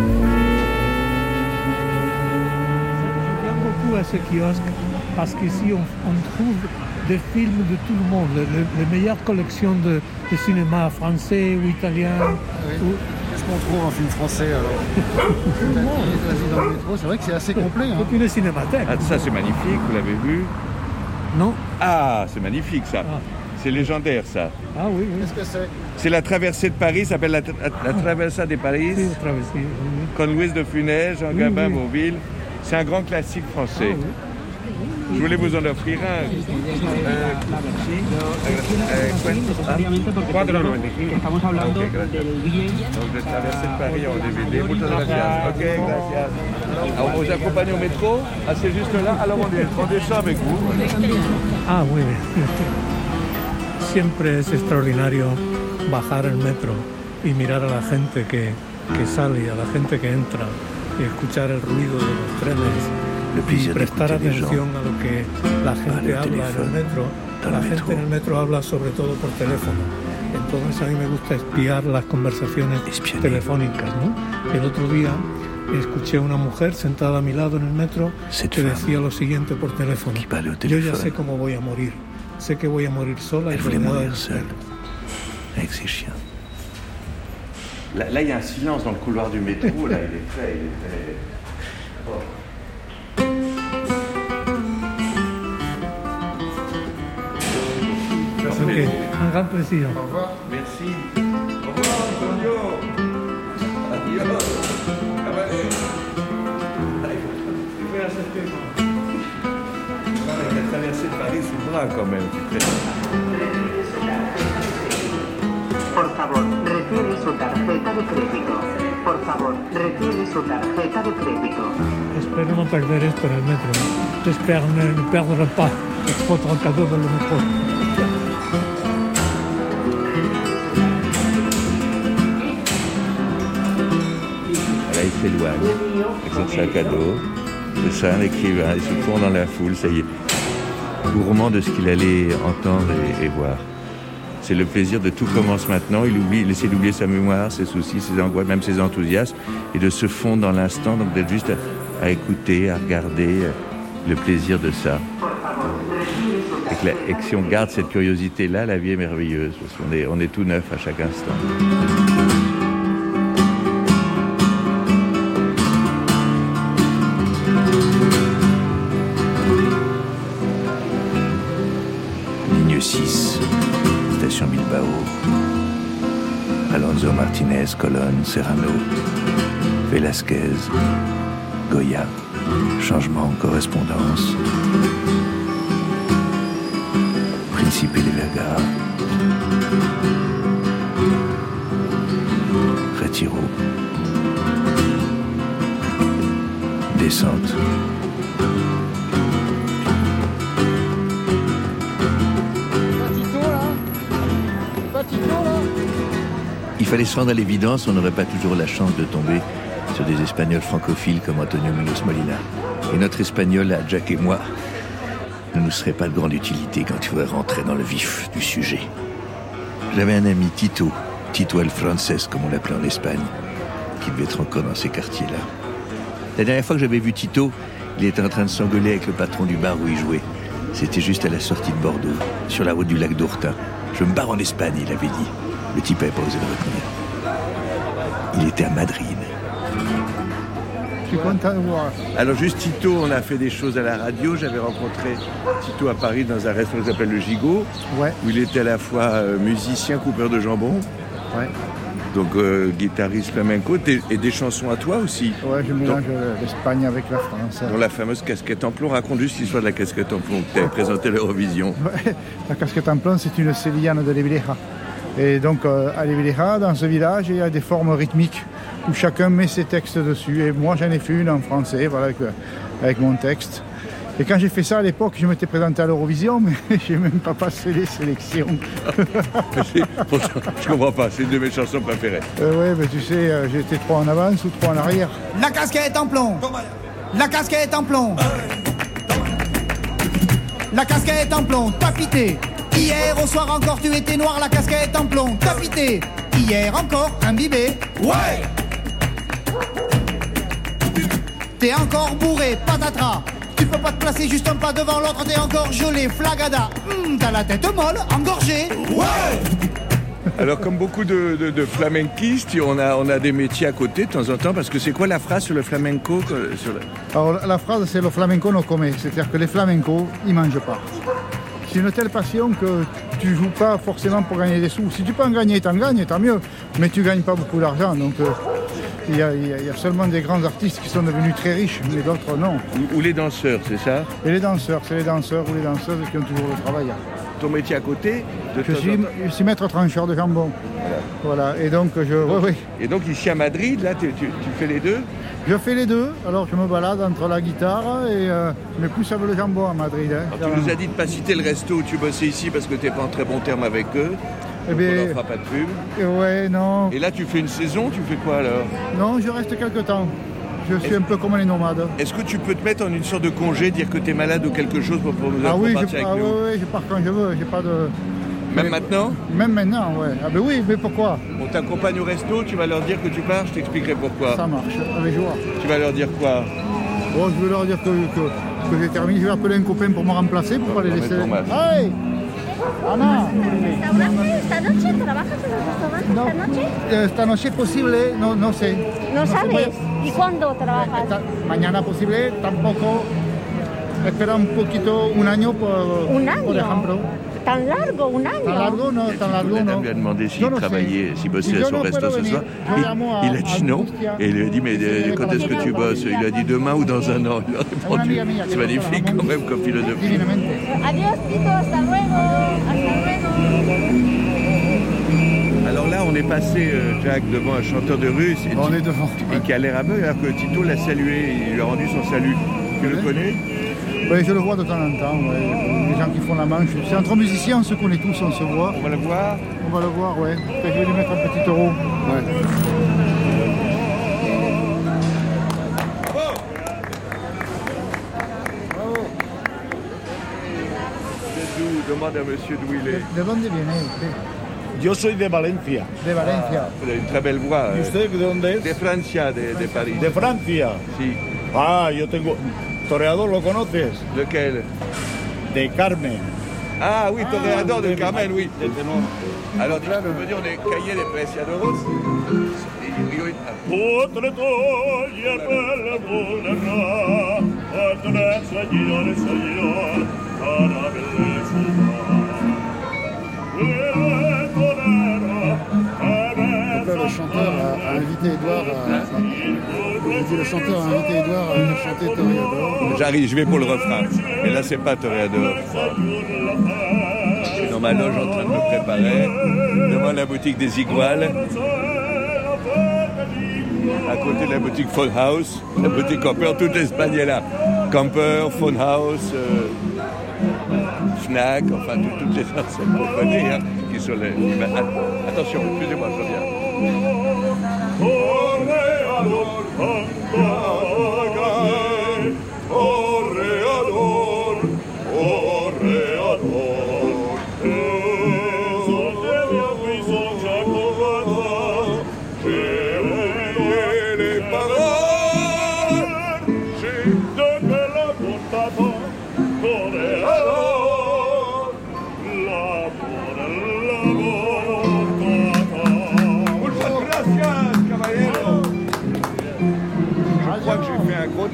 J'aime beaucoup à ce kiosque parce qu'ici on, on trouve des films de tout le monde, les, les meilleures collections de, de cinéma français ou italien. Oui. Ou... Qu'est-ce qu'on trouve en film français alors? Dans le métro, c'est vrai que c'est assez complet. Hein. Et puis les cinémathèques. Ah, ça c'est magnifique, vous l'avez vu? Non. Ah, c'est magnifique ça. Ah. C'est légendaire ça. Ah oui, oui. Qu'est-ce que c'est? C'est la traversée de Paris, ça s'appelle la, la, la Traversa de Paris. Oui, la traversée, oui, oui. Con Louis de Funès, Jean oui, Gabin, oui. Beauville. C'est un grand classique français. Ah, oui. Je voulais vous en offrir un. Estamos hablando okay, del bien. Donc de traverser de Paris en D V D. Muchas gracias. Ok, gracias. Alors, on vous accompagne au métro. Ah, c'est juste là. Alors on, est, on descend avec vous. Ah, muy bien. Siempre es extraordinario bajar el metro y mirar a la gente que, que sale y a la gente que entra y escuchar el ruido de los trenes. Y prestar atención a lo que la gente habla en el metro. La gente en el metro habla sobre todo por teléfono. Entonces a mí me gusta espiar las conversaciones telefónicas, ¿no? El otro día escuché a una mujer sentada a mi lado en el metro que decía lo siguiente por teléfono: yo ya sé cómo voy a morir. Sé que voy a morir sola y rodeada de mujeres. Avec ses chiens. Là, là, il y a un silence dans le couloir du métro. Là, il est très... Il est très... Oh. Ok, un gran plaisir. Au revoir. Merci. Au revoir, Antonio. Adios. Cavalez. Il faut acerquer. Il a traversé de Paris sous le bras quand même. Por favor, retire su tarjeta de crédito. Por favor, retire su tarjeta de crédito. Espero no perder esto en el metro. J'espère ne, ne perdre pas votre cadeau dans le métro. Là, il s'éloigne avec son sac à dos. C'est ça, un écrivain. Il se fond dans la foule, ça y est. Gourmand de ce qu'il allait entendre et, et voir. C'est le plaisir de tout commence maintenant. Il oublie, il essaie d'oublier sa mémoire, ses soucis, ses angoisses, même ses enthousiasmes, et de se fondre dans l'instant, donc d'être juste à, à écouter, à regarder, le plaisir de ça. Et que, la, et que si on garde cette curiosité-là, la vie est merveilleuse, parce qu'on est, on est tout neuf à chaque instant. Ligne six, station Bilbao. Alonso Martinez, Colonne, Serrano, Velázquez, Goya, changement, correspondance, Principe de Vergara, Retiro, descente. Il fallait se rendre à l'évidence, on n'aurait pas toujours la chance de tomber sur des Espagnols francophiles comme Antonio Milos Molina. Et notre Espagnol, à Jack et moi, ne nous serait pas de grande utilité quand il faudrait rentrer dans le vif du sujet. J'avais un ami, Tito, Tito el Frances, comme on l'appelait en Espagne, qu'il devait être encore dans ces quartiers-là. La dernière fois que j'avais vu Tito, il était en train de s'engueuler avec le patron du bar où il jouait. C'était juste à la sortie de Bordeaux, sur la route du lac d'Ourtin. Je me barre en Espagne, il avait dit. Le type n'avait pas osé le retenir. Il était à Madrid. Je suis content de voir. Alors juste Tito, on a fait des choses à la radio. J'avais rencontré Tito à Paris dans un restaurant qui s'appelle Le Gigot, ouais. où il était à la fois euh, musicien, coupeur de jambon. Ouais. Donc euh, guitariste flamenco, et des chansons à toi aussi. Ouais, je mélange Donc, l'Espagne avec la France. Dont la fameuse casquette en plomb. Raconte juste l'histoire de la casquette en plomb que tu avais présenté à l'Eurovision. Ouais, la casquette en plomb, c'est une sévillane de Lebeleja. Et donc euh, à Lebeleja, dans ce village, il y a des formes rythmiques où chacun met ses textes dessus. Et moi, j'en ai fait une en français, voilà, avec, avec mon texte. Et quand j'ai fait ça à l'époque, je m'étais présenté à l'Eurovision, mais j'ai même pas passé les sélections. Je comprends pas, c'est une de mes chansons préférées. Euh, oui, mais tu sais, euh, j'étais trois en avance ou trois en arrière. La casquette en plomb. La casquette en plomb. La casquette en plomb, t'as pité. Hier au soir encore tu étais noir, la casquette en plomb, t'as pité. Hier encore imbibé. Ouais. T'es encore bourré, patatras. Tu peux pas te placer juste un pas devant l'autre, t'es encore gelé, flagada. Mmh, t'as la tête molle, engorgée. Ouais. Alors comme beaucoup de, de, de flamenquistes, on a, on a des métiers à côté de temps en temps, parce que c'est quoi la phrase sur le flamenco sur le... Alors la phrase c'est le flamenco no come, c'est-à-dire que les flamencos, ils mangent pas. C'est une telle passion que tu joues pas forcément pour gagner des sous. Si tu peux en gagner, t'en gagnes, tant mieux. Mais tu gagnes pas beaucoup d'argent, donc... Euh... Il y, a, il y a seulement des grands artistes qui sont devenus très riches, mais d'autres non. Ou, ou les danseurs, c'est ça? Et les danseurs, c'est les danseurs ou les danseuses qui ont toujours le travail. Ton métier à côté de je, suis, je suis maître trancheur de jambon. Voilà. Voilà. Et donc, je, donc, ouais, ouais. Et donc ici à Madrid, là, tu, tu, tu fais les deux? Je fais les deux. Alors je me balade entre la guitare et euh, mes plus savent le jambon à Madrid. Hein. Alors, tu nous as dit de ne pas citer le resto où tu bossais ici parce que tu n'es pas en très bon terme avec eux. Eh bien, on n'en fera pas de pub. Ouais, non. Et là, tu fais une saison, tu fais quoi alors? Non, je reste quelques temps. Je suis un peu comme les nomades. Est-ce que tu peux te mettre en une sorte de congé, dire que tu es malade ou quelque chose pour, pour nous ah oui, partir je, avec ah nous? oui, oui, je pars quand je veux. J'ai pas de... Même mais, maintenant? Même maintenant, ouais. Ah ben oui, mais pourquoi? On t'accompagne au resto, tu vas leur dire que tu pars, je t'expliquerai pourquoi. Ça marche, avec joie. Tu vas leur dire quoi? Bon, je vais leur dire que, que, que j'ai terminé. Je vais appeler un copain pour me remplacer, pour pas les laisser... Hey Ana. ¿Esta noche trabajas en el restaurante? No, ¿Esta noche? Esta noche posible, no, no sé. No, no sabes. Sé, ¿Y cuándo trabajas? Esta, mañana posible, tampoco. Espera un poquito, un año por, ¿Un año? por ejemplo. ¿Tan largo? ¿Un año? ¿Tan largo? No, tan largo La no. dame lui a demandé s'il travaillait, s'il bossait à son resto ce soir. Il, il a dit non. Et il lui a dit, mais euh, quand est-ce que tu bosses? Il lui a dit demain ou dans un an. Il a répondu, c'est magnifique quand même comme philosophie. Adiós, Tito, hasta luego. Hasta luego. Alors là, on est passé, euh, Jack, devant un chanteur de russe. Et, on est devant. Et qui a l'air aveugle, alors que Tito l'a salué, il lui a rendu son salut. Tu le connais? Oui, je le vois de temps en temps, ouais. Les gens qui font la manche. C'est entre musiciens, on se connaît tous, on se voit. On va le voir? On va le voir, ouais. Je vais lui mettre un petit euro. Ouais. Bravo! Bravo! C'est d'où? Demande à monsieur d'où il est. ¿De, de dónde viene usted? Yo soy de Valencia. De Valencia. Ah, vous avez une très belle voix. ¿Y usted de dónde es? De Francia, de, de Paris. ¿De Francia? Sí. Ah, yo tengo... ¿Toreador lo conoces? Lequel? De Carmen. Ah oui, Toreador de Carmen, oui. De tenor. Alors, tu peux me dire, on est cahier des preciadores? Potreto hierro volerá, atrás allí donde salió, para Le chanteur a, a invité Edouard à, à, le chanteur a invité Edouard à venir chanter Toreador. J'arrive, je vais pour le refrain. Mais là, c'est pas Toreador. Je suis dans ma loge en train de me préparer, devant la boutique des Iguales, à côté de la boutique Phone House, la boutique Camper, toute l'Espagne est là. Camper, Phone House, euh, Fnac, enfin tout, toutes les enseignes qu'on connaît, hein, qui sont les... Ben, attention, excusez-moi, je reviens.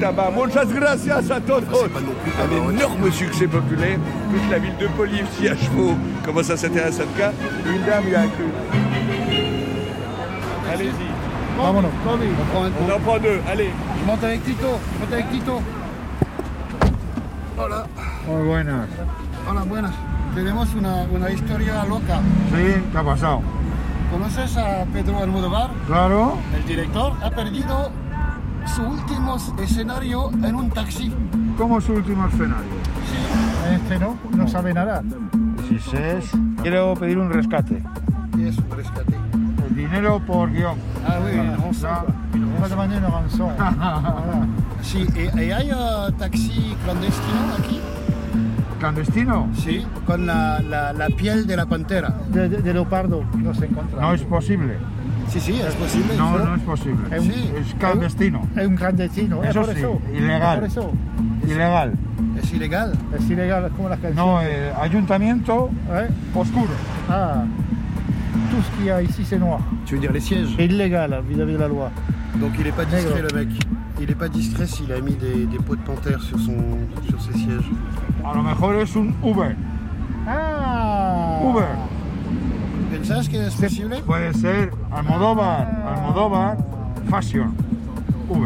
tabac. Muchas gracias a todos. Un énorme succès populaire. Toute la ville de Poli aussi à chevaux commence à s'intéresser à ce cas. Une dame y a cru. Allez-y. Vámonos. On prend, on en prend deux. Allez. Je monte avec Tito. Je monte avec Tito. Hola. Muy buenas. Hola, buenas. Tenemos una, una historia loca. Sí, ¿qué ha pasado? ¿Conoces a Pedro Almodóvar? Claro. El director ha perdido su último escenario en un taxi. ¿Cómo su último escenario? Sí. Este no, no sabe nada. Si sé, quiero pedir un rescate. ¿Qué es un rescate? El dinero por guión. Ah oui, une rançon. On va demander une rançon. Voilà. Sí, et, et hay un taxi clandestino aquí. ¿Clandestino? Sí, con la, la, la piel de la pantera. De, de, de leopardo no se encuentra. No es posible. Sí, sí, es posible. No, ¿sí? no es posible. Es, sí, es clandestino. Es un clandestino. Eso es por sí, eso. ilegal. Es por eso. Ilegal. Es ilegal. Es ilegal, como las canciones. No, eh, ayuntamiento ¿Eh? oscuro. Ah. Tout ce qu'il y a ici, c'est noir. Tu veux dire les sièges? C'est illégal vis-à-vis de la loi. Donc il est pas discret, le mec. Il est pas discret s'il a mis des, des pots de panthère sur, son, sur ses sièges. A lo mejor es un Uber. Ah. Uber. ¿Pensás que es posible? Puede ser Almodóvar, Almodóvar, Fashion, Uber.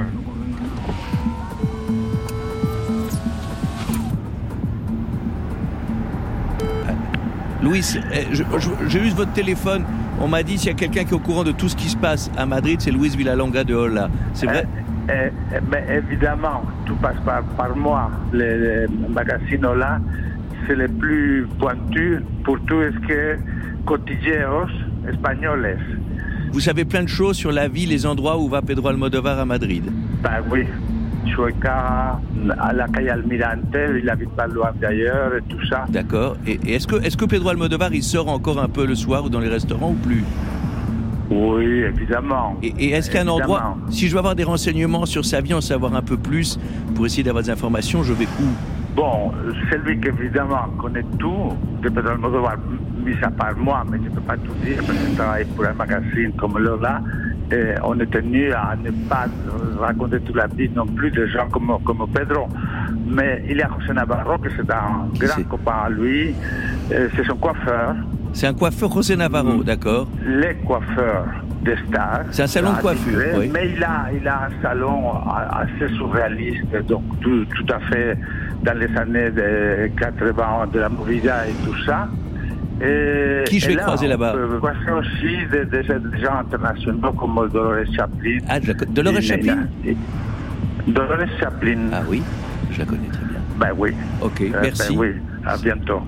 Louis, je, je, j'ai eu votre téléphone. On m'a dit s'il y a quelqu'un qui est au courant de tout ce qui se passe à Madrid, c'est Luis Villalonga de Hola. C'est vrai? Eh, eh, mais évidemment, tout passe par, par moi. Les, les magazines Hola, c'est les plus pointus pour tout ce que quotidianos espagnoles. Vous savez plein de choses sur la vie, les endroits où va Pedro Almodóvar à Madrid? Ben oui. Chueca, à la calle Almirante, il habite pas loin d'ailleurs et tout ça. D'accord. Et, et est-ce que, est-ce que Pedro Almodóvar, il sort encore un peu le soir ou dans les restaurants ou plus? Oui, évidemment. Et, et est-ce qu'il y a un évidemment. endroit, si je veux avoir des renseignements sur sa vie, en savoir un peu plus, pour essayer d'avoir des informations, je vais où? Bon, celui qui évidemment connaît tout de Pedro Almodóvar, mis à part moi, mais je ne peux pas tout dire parce que je travaille pour un magazine comme Lola. Et on est tenu à ne pas raconter toute la vie non plus de gens comme, comme Pedro. Mais il y a José Navarro, que c'est un grand c'est... copain à lui. C'est son coiffeur. C'est un coiffeur José Navarro, mmh. D'accord. Les coiffeurs des stars. C'est un salon de coiffure, oui. Mais il a, il a un salon assez surréaliste, donc tout, tout à fait dans les années de quatre-vingts, de la Movida et tout ça. Et, qui je vais là, croiser là-bas? On peut croiser aussi des, des, des gens internationaux comme Dolores Chaplin. Ah, Dolores Chaplin? Dolores Chaplin. Ah oui, je la connais très bien. Ben oui. Ok, euh, merci. Ben oui, à bientôt.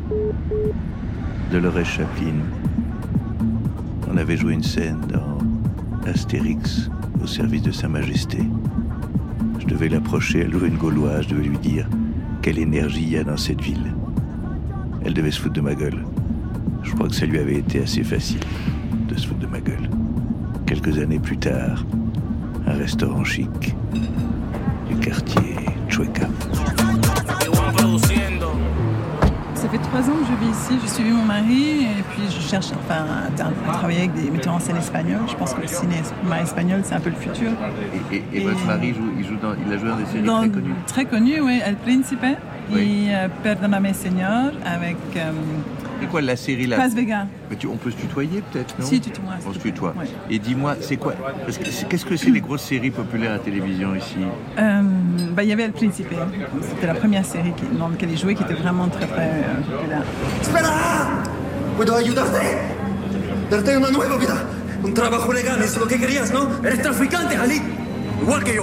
Dolores Chaplin. On avait joué une scène dans Astérix au service de Sa Majesté. Je devais l'approcher, elle jouait une Gauloise, je devais lui dire quelle énergie il y a dans cette ville. Elle devait se foutre de ma gueule. Je crois que ça lui avait été assez facile de se foutre de ma gueule. Quelques années plus tard, un restaurant chic du quartier Chueca. Ça fait trois ans que je vis ici. J'ai suivi mon mari et puis je cherche enfin, à, à travailler avec des metteurs en scène espagnols. Je pense que le cinéma espagnol, c'est un peu le futur. Et, et, et, et votre mari, joue, il, joue dans, il a joué dans des séries dans, très connues? Très connues, oui. El Príncipe oui. et euh, Perdóname Señor avec... Euh, c'est quoi la série là? Paz Vega. Mais tu, on peut se tutoyer peut-être, non? Si, tutoie. On se tutoie. Ouais. Et dis-moi, c'est quoi? Parce que, c'est, qu'est-ce que c'est les grosses séries populaires à la télévision ici? euh, bah, il y avait El Príncipe. C'était la première série qui, dans laquelle il jouait qui était vraiment très très euh, populaire. ¡Espera! ¿Puedo ayudarte? Darte una nueva vida. Un trabajo legal es lo que querías, ¿no? Eres traficante, Ali. Igual que yo.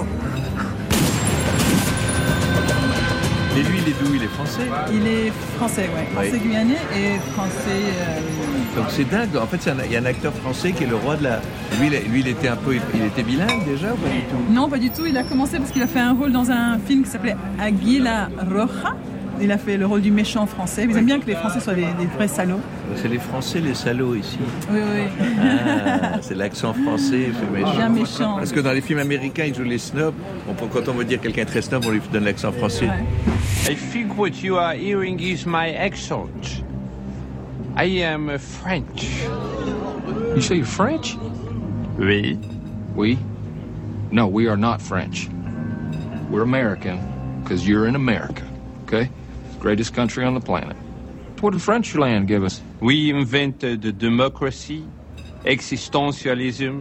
Et lui, il est d'où? Il est français? Il est français, oui. Français ouais. guyanais et français... Euh... Donc c'est dingue. En fait, il y a un acteur français qui est le roi de la... Lui, lui, il était un peu... Il était bilingue déjà ou pas du tout? Non, pas du tout. Il a commencé parce qu'il a fait un rôle dans un film qui s'appelait Águila Roja. Il a fait le rôle du méchant français. Ils aiment bien que les Français soient des, des vrais salauds. C'est les Français les salauds ici. Oui, oui. Ah, c'est l'accent français, fait méchant. Bien méchant. Parce que dans les films américains, ils jouent les snobs. On peut, quand on veut dire quelqu'un est très snob, on lui donne l'accent français. Ouais. I think what you are hearing is my accent. I am French. You say you're French? Oui. We? No, we are not French. we're American because you're in America, okay? Greatest country on the planet. What did French land give us? We invented the democracy, existentialism,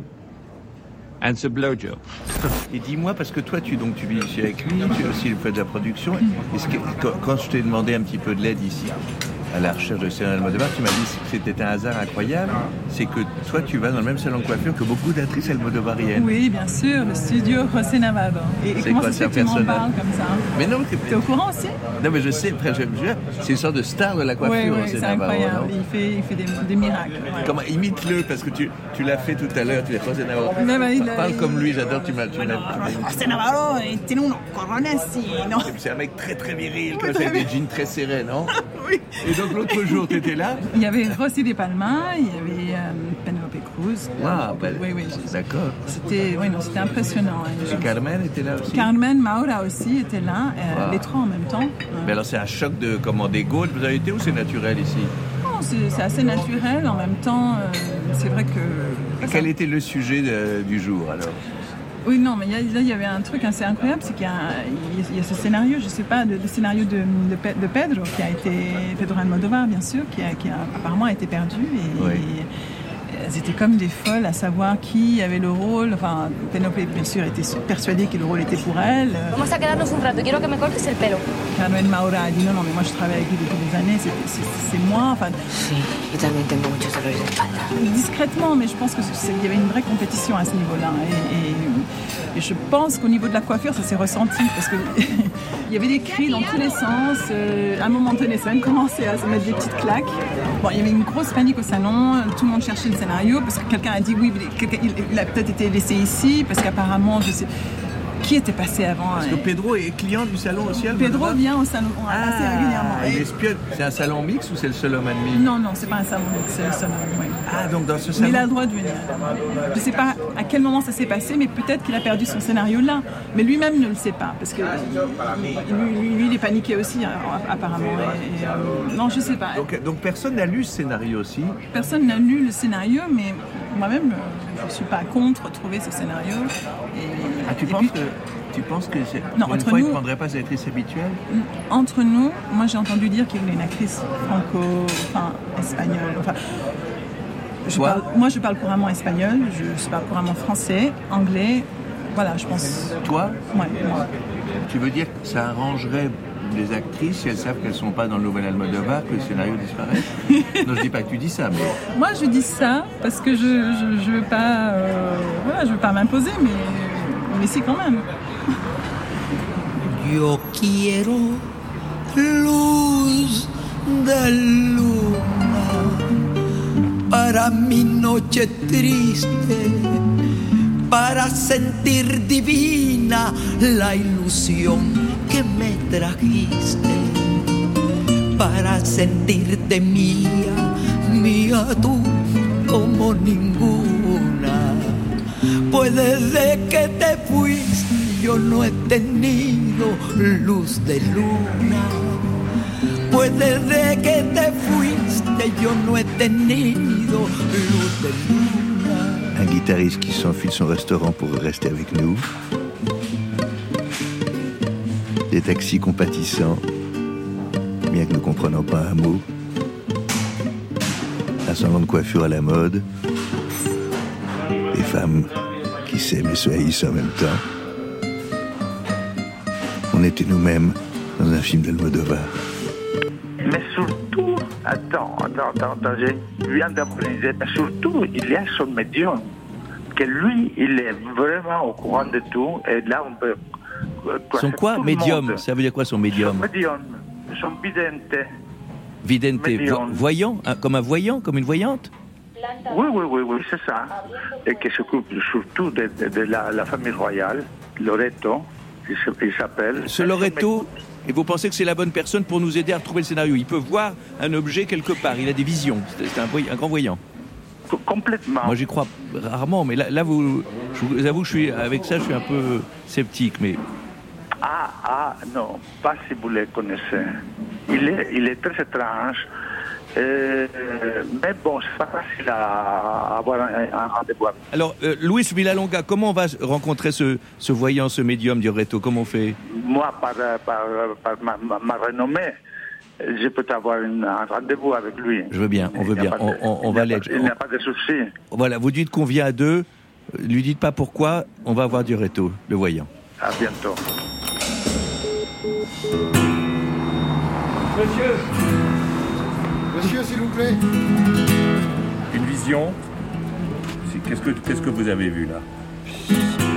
and the blowjob. Et dis-moi, parce que toi, tu, donc, tu vis ici avec lui, tu aussi fais de la production. Est-ce que, quand, quand je t'ai demandé un petit peu de l'aide ici, à la recherche de Cyril Almodovar, tu m'as dit que c'était un hasard incroyable. C'est que toi, tu vas dans le même salon de coiffure que beaucoup d'actrices almodovariennes. Oui, bien sûr, le studio José Navarro. Et, et comment ça se fait que tu m'en parles comme ça? Mais non, t'es au courant aussi? Non, mais je sais, je, je, c'est une sorte de star de la coiffure. Oui, oui, c'est Navarro, incroyable. Il fait, il fait des, des miracles. Ouais. Comment, imite-le, parce que tu, tu l'as fait tout à l'heure, tu l'as José Navarro. Mais bah, il, Parle il, comme lui, j'adore, tu m'as... Tu bueno, José Navarro, tiene unos corones, non? C'est un mec très très viril, comme ça, des jeans très serrés, non? Oui. Et donc l'autre jour, tu étais là? Il y avait Rosy de Palma, il y avait euh, Penelope Cruz. Wow, ben, oui, oui, d'accord. C'était, oui, non, c'était impressionnant. Et je... Carmen était là aussi? Carmen Maura aussi était là, euh, wow. Les trois en même temps. Mais alors c'est un choc de comment d'ego, vous avez été ou c'est naturel ici? Non, c'est, c'est assez naturel, en même temps, euh, c'est vrai que... Et quel était le sujet de, du jour alors? Oui, non, mais il y a, là, il y avait un truc assez incroyable, c'est qu'il y a, il y a ce scénario, je sais pas, le, le scénario de, de, de Pedro, qui a été, Pedro Almodovar, bien sûr, qui, a, qui a, apparemment a été perdu. Et, oui. et elles étaient comme des folles à savoir qui avait le rôle. Enfin, Penelope, bien sûr, était persuadée que le rôle était pour elle. Vamos a quedarnos un rato, quiero que me cortes el pelo. Carmen Maura a dit non, non, mais moi je travaille avec lui depuis des années, c'est, c'est, c'est moi. Enfin, sí, yo también tengo muchos dolores de espalda. Discrètement, mais je pense qu'il y avait une vraie compétition à ce niveau-là. Et, et, et je pense qu'au niveau de la coiffure, ça s'est ressenti parce que il y avait des cris dans tous les sens. Euh, à un moment donné, ça a même commencé à se mettre des petites claques. Bon, il y avait une grosse panique au salon, tout le monde cherchait le scénario parce que quelqu'un a dit oui, il a peut-être été laissé ici parce qu'apparemment, je sais... Qui était passé avant? Parce que Pedro est client du salon aussi. Pedro vient au salon ah, assez régulièrement. Il espionne. C'est un salon mix ou c'est le seul homme admis? Non, non, c'est pas un salon mix, c'est le seul homme, oui. Ah, donc dans ce salon. Mais il a le droit de venir. Je sais pas à quel moment ça s'est passé, mais peut-être qu'il a perdu son scénario là. Mais lui-même ne le sait pas, parce que lui, lui il est paniqué aussi, apparemment. Et, et, euh, non, je sais pas. Donc, donc personne n'a lu ce scénario aussi? Personne n'a lu le scénario, mais moi-même, je ne suis pas contre trouver ce scénario. Et, ah, tu et penses puis, que tu penses que c'est, non, pour une entre fois, nous, il ne prendrait pas cette actrice habituelle? Entre nous, moi j'ai entendu dire qu'il voulait une actrice franco, enfin espagnole. Enfin, je parle, moi je parle couramment espagnol, je parle couramment français, anglais. Voilà, je pense. Toi? Ouais, moi. Tu veux dire que ça arrangerait les actrices si elles savent qu'elles ne sont pas dans le nouvel Almodovar, que le scénario disparaît? Non, je dis pas que tu dis ça, mais... Moi, je dis ça parce que je je, je veux pas, euh, voilà, je veux pas m'imposer, mais mais si quand même. Yo quiero luz de luna para mi noche triste, para sentir divina la ilusión que me trajiste, para sentirte mía, mía tú como ninguna. Pues desde que te fuiste yo no he tenido luz de luna. Pues desde que te fuiste yo no he tenido luz de luna. Un guitariste qui s'enfuit de son restaurant pour rester avec nous. Des taxis compatissants, bien que ne comprenant pas un mot. Un salon de coiffure à la mode. Des femmes qui s'aiment et se haïssent en même temps. On était nous-mêmes dans un film d'Almodovar. Mais surtout, attends, attends, attends, attends je viens d'apprendre, surtout, il y a son médium, que lui, il est vraiment au courant de tout, et là, on peut... Son quoi? Médium, ça veut dire quoi son médium? Son médium, son vidente. Vidente, vo- voyant, hein, comme un voyant, comme une voyante? Oui, oui, oui, oui, c'est ça. Et qui s'occupe surtout de, de, de la, la famille royale, Loreto, il s'appelle. Ce Loreto, et vous pensez que c'est la bonne personne pour nous aider à retrouver le scénario? Il peut voir un objet quelque part, il a des visions, c'est un, voy- un grand voyant. Complètement. Moi j'y crois rarement, mais là, là vous, je vous avoue que je suis, avec ça je suis un peu sceptique, mais... Ah, ah, non, pas si vous le connaissez. Il est, il est très étrange. Euh, mais bon, c'est pas facile à avoir un, un rendez-vous. Alors, euh, Luis Villalonga, comment on va rencontrer ce, ce voyant, ce médium du Reto? Comment on fait? Moi, par, par, par ma, ma, ma renommée, je peux avoir une, un rendez-vous avec lui. Je veux bien, on veut bien. On, on, on va aller. Il n'y a pas de souci. Voilà, vous dites qu'on vient à deux, lui dites pas pourquoi, on va avoir du Reto, le voyant. À bientôt. Monsieur Monsieur, s'il vous plaît. Une vision. C'est- Qu'est-ce que, qu'est-ce que vous avez vu là?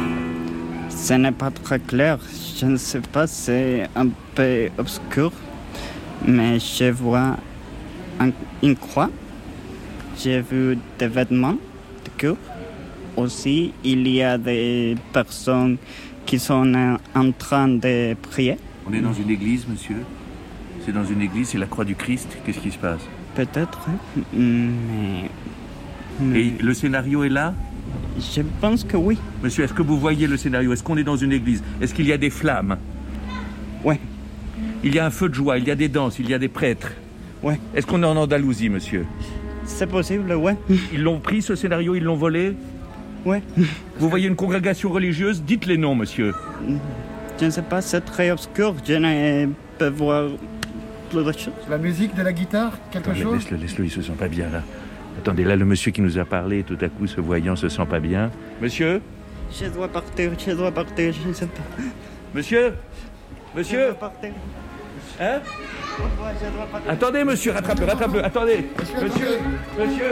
Ce n'est pas très clair. Je ne sais pas, c'est un peu obscur. Mais je vois un- une croix. J'ai vu des vêtements de cure. Aussi, il y a des personnes qui sont en- en train de prier. On est dans une église, monsieur. C'est dans une église, c'est la croix du Christ. Qu'est-ce qui se passe? Peut-être, mais... mais Et le scénario est là? je pense que oui. Monsieur, est-ce que vous voyez le scénario? Est-ce qu'on est dans une église? Est-ce qu'il y a des flammes? Oui. Il y a un feu de joie, il y a des danses, il y a des prêtres. Oui. Est-ce qu'on est en Andalousie, monsieur? C'est possible, oui. Ils l'ont pris, ce scénario, ils l'ont volé? Oui. Vous voyez une congrégation religieuse? Dites les noms, monsieur. Je ne sais pas, c'est très obscur. Je ne peux voir plus de choses. La musique, de la guitare, quelque Attendez, chose? laisse-le, laisse-le, il se sent pas bien, là. Attendez, là, le monsieur qui nous a parlé, tout à coup, ce voyant se sent pas bien. Monsieur? Je dois partir, je dois partir, je ne sais pas. Monsieur? Monsieur? Je dois partir. Hein? Je dois partir. Attendez, monsieur, rattrape-le, rattrape-le, attendez. Monsieur, Monsieur, monsieur,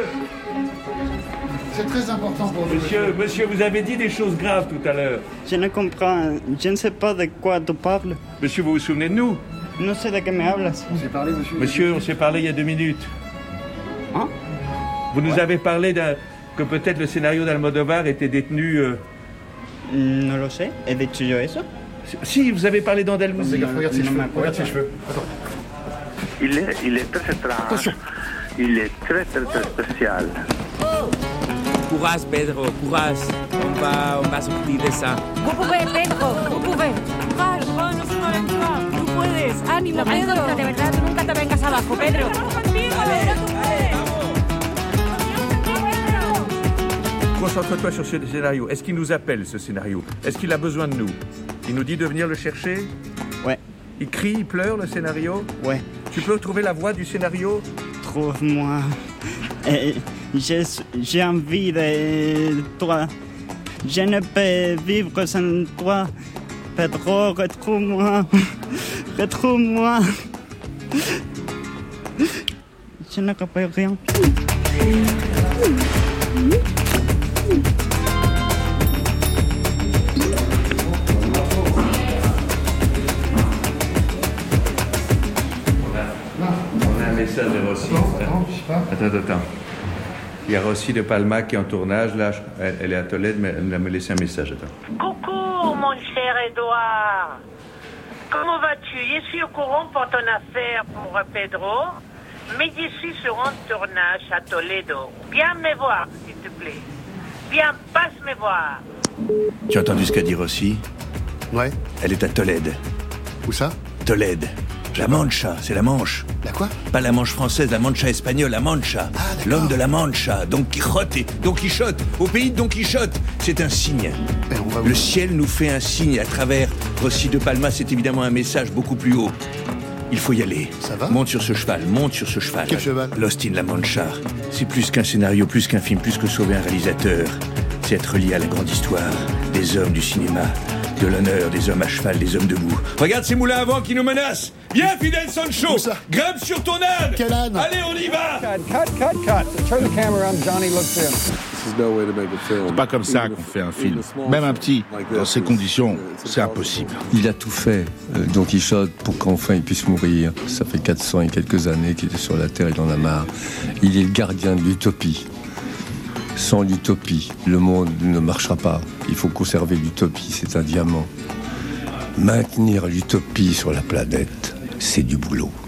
C'est très important pour nous. monsieur, monsieur, vous avez dit des choses graves tout à l'heure. Je ne comprends, je ne sais pas de quoi tu parles. Monsieur, vous vous souvenez de nous? No sé de qué me hablas. On s'est parlé, monsieur. Monsieur, on s'est parlé il y a deux minutes. Hein? Vous nous avez parlé d'un- que peut-être le scénario d'Almodovar était détenu... euh, No lo sé. ¿He dicho yo eso? Si, vous avez parlé d'Andalousie. Regarde ses No cheveux. me acuerdo. Regarde ses cheveux. Attends. Il est, il est très étrange. Il est très, très, très spécial. Courage, Pedro, courage. On va, on va sortir de ça. Vous pouvez, Pedro, vous pouvez. Courage, no es una aventura. Tú puedes. Ánimo, Pedro. De verdad, tú nunca te vengas abajo, Pedro. Concentre-toi sur ce scénario. Est-ce qu'il nous appelle, ce scénario? Est-ce qu'il a besoin de nous? Il nous dit de venir le chercher? Ouais. Il crie, il pleure, le scénario? Ouais. Tu peux trouver la voix du scénario? Trouve-moi. Et j'ai j'ai envie de toi. Je ne peux vivre sans toi. Pedro, retrouve-moi. Retrouve-moi. Je ne comprends rien. On a un message de Rossi. Attends, attends, attends. Il y a Rossi de Palma qui est en tournage, là. Elle, elle est à Tolède, mais elle m'a laissé un message. Attends. Coucou, mon cher Edouard. Comment vas-tu? Je suis au courant pour ton affaire pour Pedro, mais je suis sur un tournage à Toledo. Viens me voir, s'il te plaît. Viens, passe me voir. Tu as entendu ce qu'a dit Rossi? Ouais. Elle est à Tolède. Où ça? Tolède. La Mancha, c'est la Manche. La quoi? Pas la Manche française, la Mancha espagnole, la Mancha. Ah, L'homme de la Mancha, Don Quijote, Don Quichotte, au pays de Don Quichotte. C'est un signe. Eh, on va où? Le ciel nous fait un signe à travers Rossi de Palma, c'est évidemment un message beaucoup plus haut. Il faut y aller. Ça va? Monte sur ce cheval, monte sur ce cheval. Quel cheval? Lost in La Mancha. C'est plus qu'un scénario, plus qu'un film, plus que sauver un réalisateur. C'est être lié à la grande histoire des hommes du cinéma, de l'honneur des hommes à cheval, des hommes debout. Regarde ces moulins à vent qui nous menacent. Viens, Fidel Sancho. Grimpe sur ton âne. Quel âne? Allez, on y va. Cut, cut, cut. Turn the camera on. Johnny looks in. C'est pas comme ça qu'on fait un film. Même un petit, dans ces conditions, c'est impossible. Il a tout fait, euh, Don Quichotte, pour qu'enfin il puisse mourir. Ça fait quatre cents et quelques années qu'il est sur la Terre, il en a marre. Il est le gardien de l'utopie. Sans l'utopie, le monde ne marchera pas. Il faut conserver l'utopie, c'est un diamant. Maintenir l'utopie sur la planète, c'est du boulot.